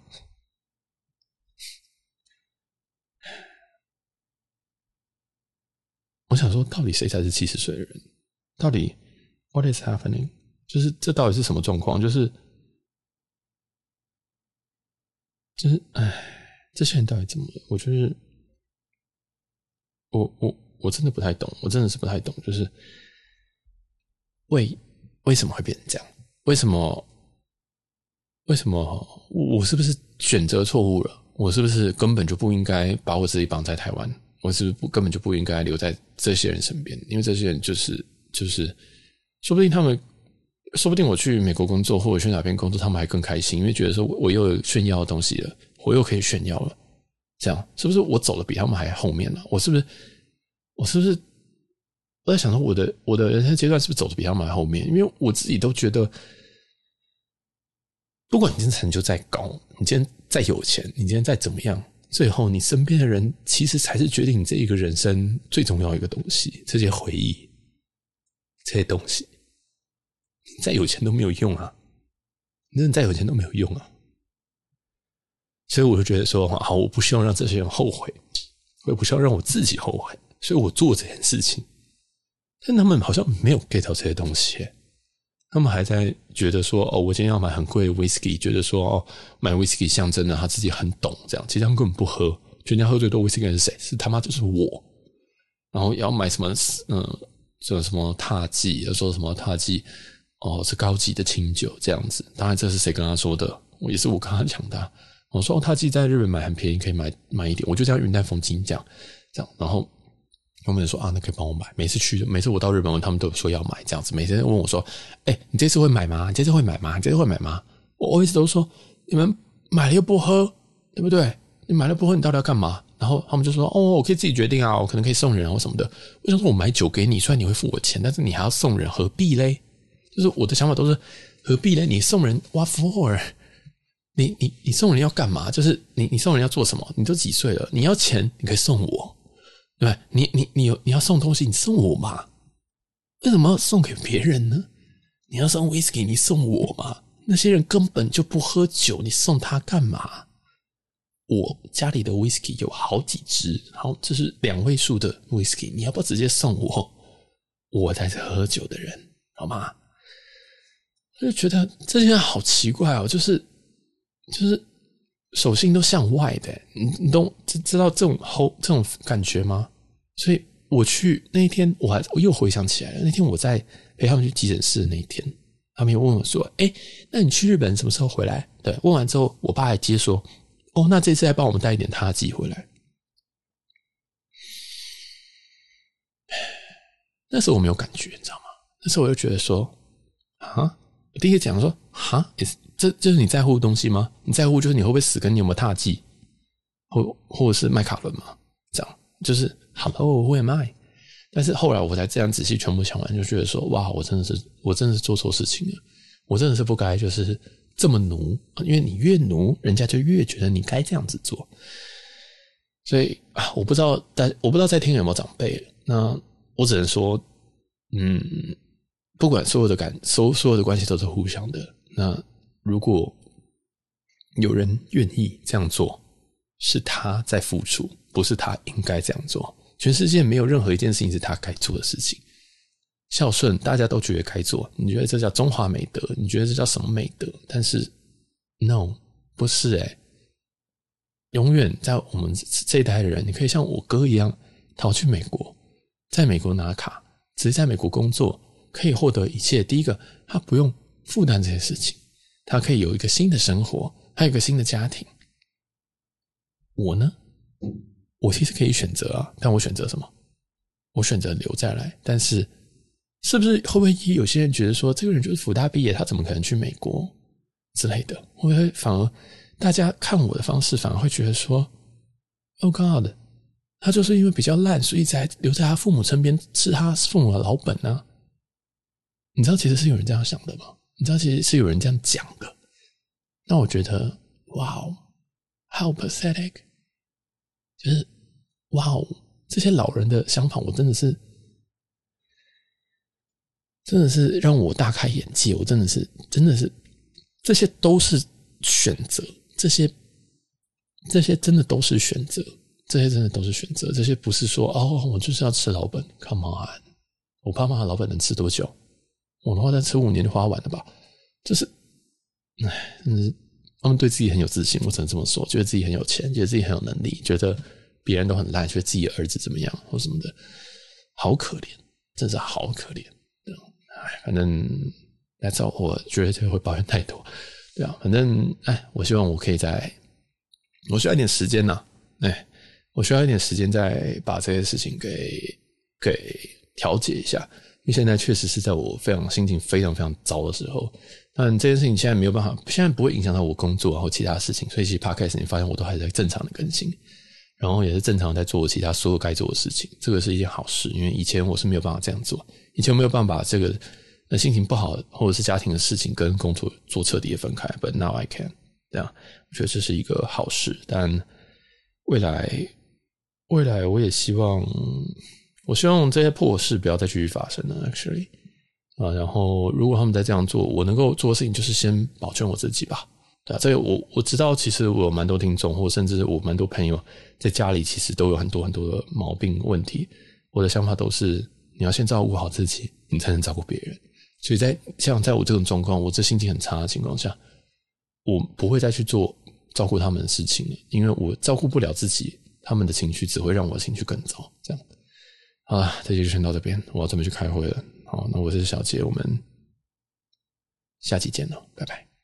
我想说，到底谁才是70岁的人？到底 what is happening？ 就是这到底是什么状况？就是这些人到底怎么了？我就是我真的不太懂，我真的是不太懂，就是为什么会变成这样？为什么我是不是选择错误了？我是不是根本就不应该把我自己绑在台湾？我是不是根本就不应该留在这些人身边？因为这些人就是说不定我去美国工作，或者去哪边工作，他们还更开心，因为觉得说我又有炫耀的东西了，我又可以炫耀了。这样是不是我走的比他们还后面了？我是不是我在想说我的人生阶段是不是走的比他们还后面？因为我自己都觉得，不管你今天成就再高，你今天再有钱，你今天再怎么样，最后你身边的人其实才是决定你这一个人生最重要的一个东西。这些回忆，这些东西，你再有钱都没有用啊！你真的再有钱都没有用啊！所以我就觉得说，好，我不希望让这些人后悔，我也不希望让我自己后悔，所以我做这件事情。但他们好像没有 get 到这些东西，他们还在觉得说，我今天要买很贵的 whisky， 觉得说，买 whisky 象征了他自己很懂，这样，其实他们根本不喝，全家喝最多 whisky 的人是谁？是他妈就是我。然后要买什么，这什么踏迹，又说什么踏迹，是高级的清酒这样子。当然这是谁跟他说的？也是我跟他讲的。我说踏迹在日本买很便宜，可以买一点。我就这样云淡风轻讲，这样，然后他们说那可以帮我买。每次我到日本，他们都说要买这样子。每次问我说，你这次会买吗？你这次会买吗？你这次会买吗？我一直都说，你们买了又不喝，对不对？你买了不喝，你到底要干嘛？然后他们就说，我可以自己决定啊，我可能可以送人或什么的。我想说，我买酒给你，虽然你会付我钱，但是你还要送人，何必嘞？就是我的想法都是何必嘞？你送人 what for？ 你送人要干嘛？就是你送人要做什么？你都几岁了？你要钱你可以送我，对吧？你要送东西你送我嘛？为什么要送给别人呢？你要送 whisky 你送我嘛？那些人根本就不喝酒，你送他干嘛？我家里的 whisky 有好几支，好，这是2位数的 whisky， 你要不要直接送我？我才是喝酒的人，好吗？我就觉得这件事好奇怪哦，就是手心都向外的，你懂知道这种感觉吗？所以我去那一天，我又回想起来了，那天我在陪他们去急诊室的那一天，他们又问我说：“那你去日本什么时候回来？”对，问完之后，我爸还接说：“那这次还帮我们带一点他寄回来。”那时候我没有感觉，你知道吗？那时候我就觉得说，我第一个讲说，这就是你在乎的东西吗？你在乎就是你会不会死，跟你有没有踏迹，或者是麦卡伦吗？这样就是Hello who am I？ 但是后来我才这样仔细全部想完，就觉得说，哇，我真的是做错事情了，我真的是不该就是这么奴，因为你越奴，人家就越觉得你该这样子做。所以我不知道在听有没有长辈，那我只能说，不管所有的关系都是互相的。那如果有人愿意这样做，是他在付出，不是他应该这样做。全世界没有任何一件事情是他该做的事情。孝顺大家都觉得该做，你觉得这叫中华美德，你觉得这叫什么美德？但是 no， 不是永远在我们这一代的人，你可以像我哥一样逃去美国，在美国拿卡，直接在美国工作，可以获得一切。第一个，他不用负担这些事情，他可以有一个新的生活，还有一个新的家庭。我呢，我其实可以选择但我选择什么？我选择留下来，但是是不是会不会有些人觉得说，这个人就是辅大毕业，他怎么可能去美国之类的？会不会反而大家看我的方式反而会觉得说 ，Oh God， 他就是因为比较烂，所以才留在他父母身边吃他父母的老本啊？你知道其实是有人这样想的吗？你知道其实是有人这样讲的？那我觉得，哇哦 ，how pathetic， 就是哇哦，这些老人的想法，我真的是让我大开眼界。我真的是，这些都是选择，这些真的都是选择，这些真的都是选择，这些不是说哦，我就是要吃老本 ，Come on， 我爸妈的老本能吃多久？我的话再吃5年就花完了吧？就是，唉，真的是他们对自己很有自信，我只能这么说，觉得自己很有钱，觉得自己很有能力，觉得别人都很烂，觉得自己的儿子怎么样或什么的，好可怜，真是好可怜。反正来找我绝对会抱怨太多，对啊，反正我希望我可以我需要一点时间我需要一点时间再把这些事情给调节一下，因为现在确实是在我心情非常非常糟的时候，但这件事情现在没有办法，现在不会影响到我工作然后其他事情，所以其实 Podcast 你发现我都还在正常的更新，然后也是正常在做其他所有该做的事情，这个是一件好事，因为以前我是没有办法这样做，以前没有办法把这个心情不好或者是家庭的事情跟工作做彻底的分开 ，but now I can， 这样我觉得这是一个好事，但未来我也希望这些破事不要再继续发生了 actually 然后如果他们再这样做，我能够做的事情就是先保全我自己吧。对啊，这个我知道，其实我有蛮多听众，或甚至我蛮多朋友在家里其实都有很多很多的毛病问题。我的想法都是，你要先照顾好自己，你才能照顾别人。所以像在我这种状况，我这心情很差的情况下，我不会再去做照顾他们的事情了，因为我照顾不了自己，他们的情绪只会让我的情绪更糟。这样，好了，这集就先到这边，我要准备去开会了。好，那我是小杰，我们下期见了，拜拜。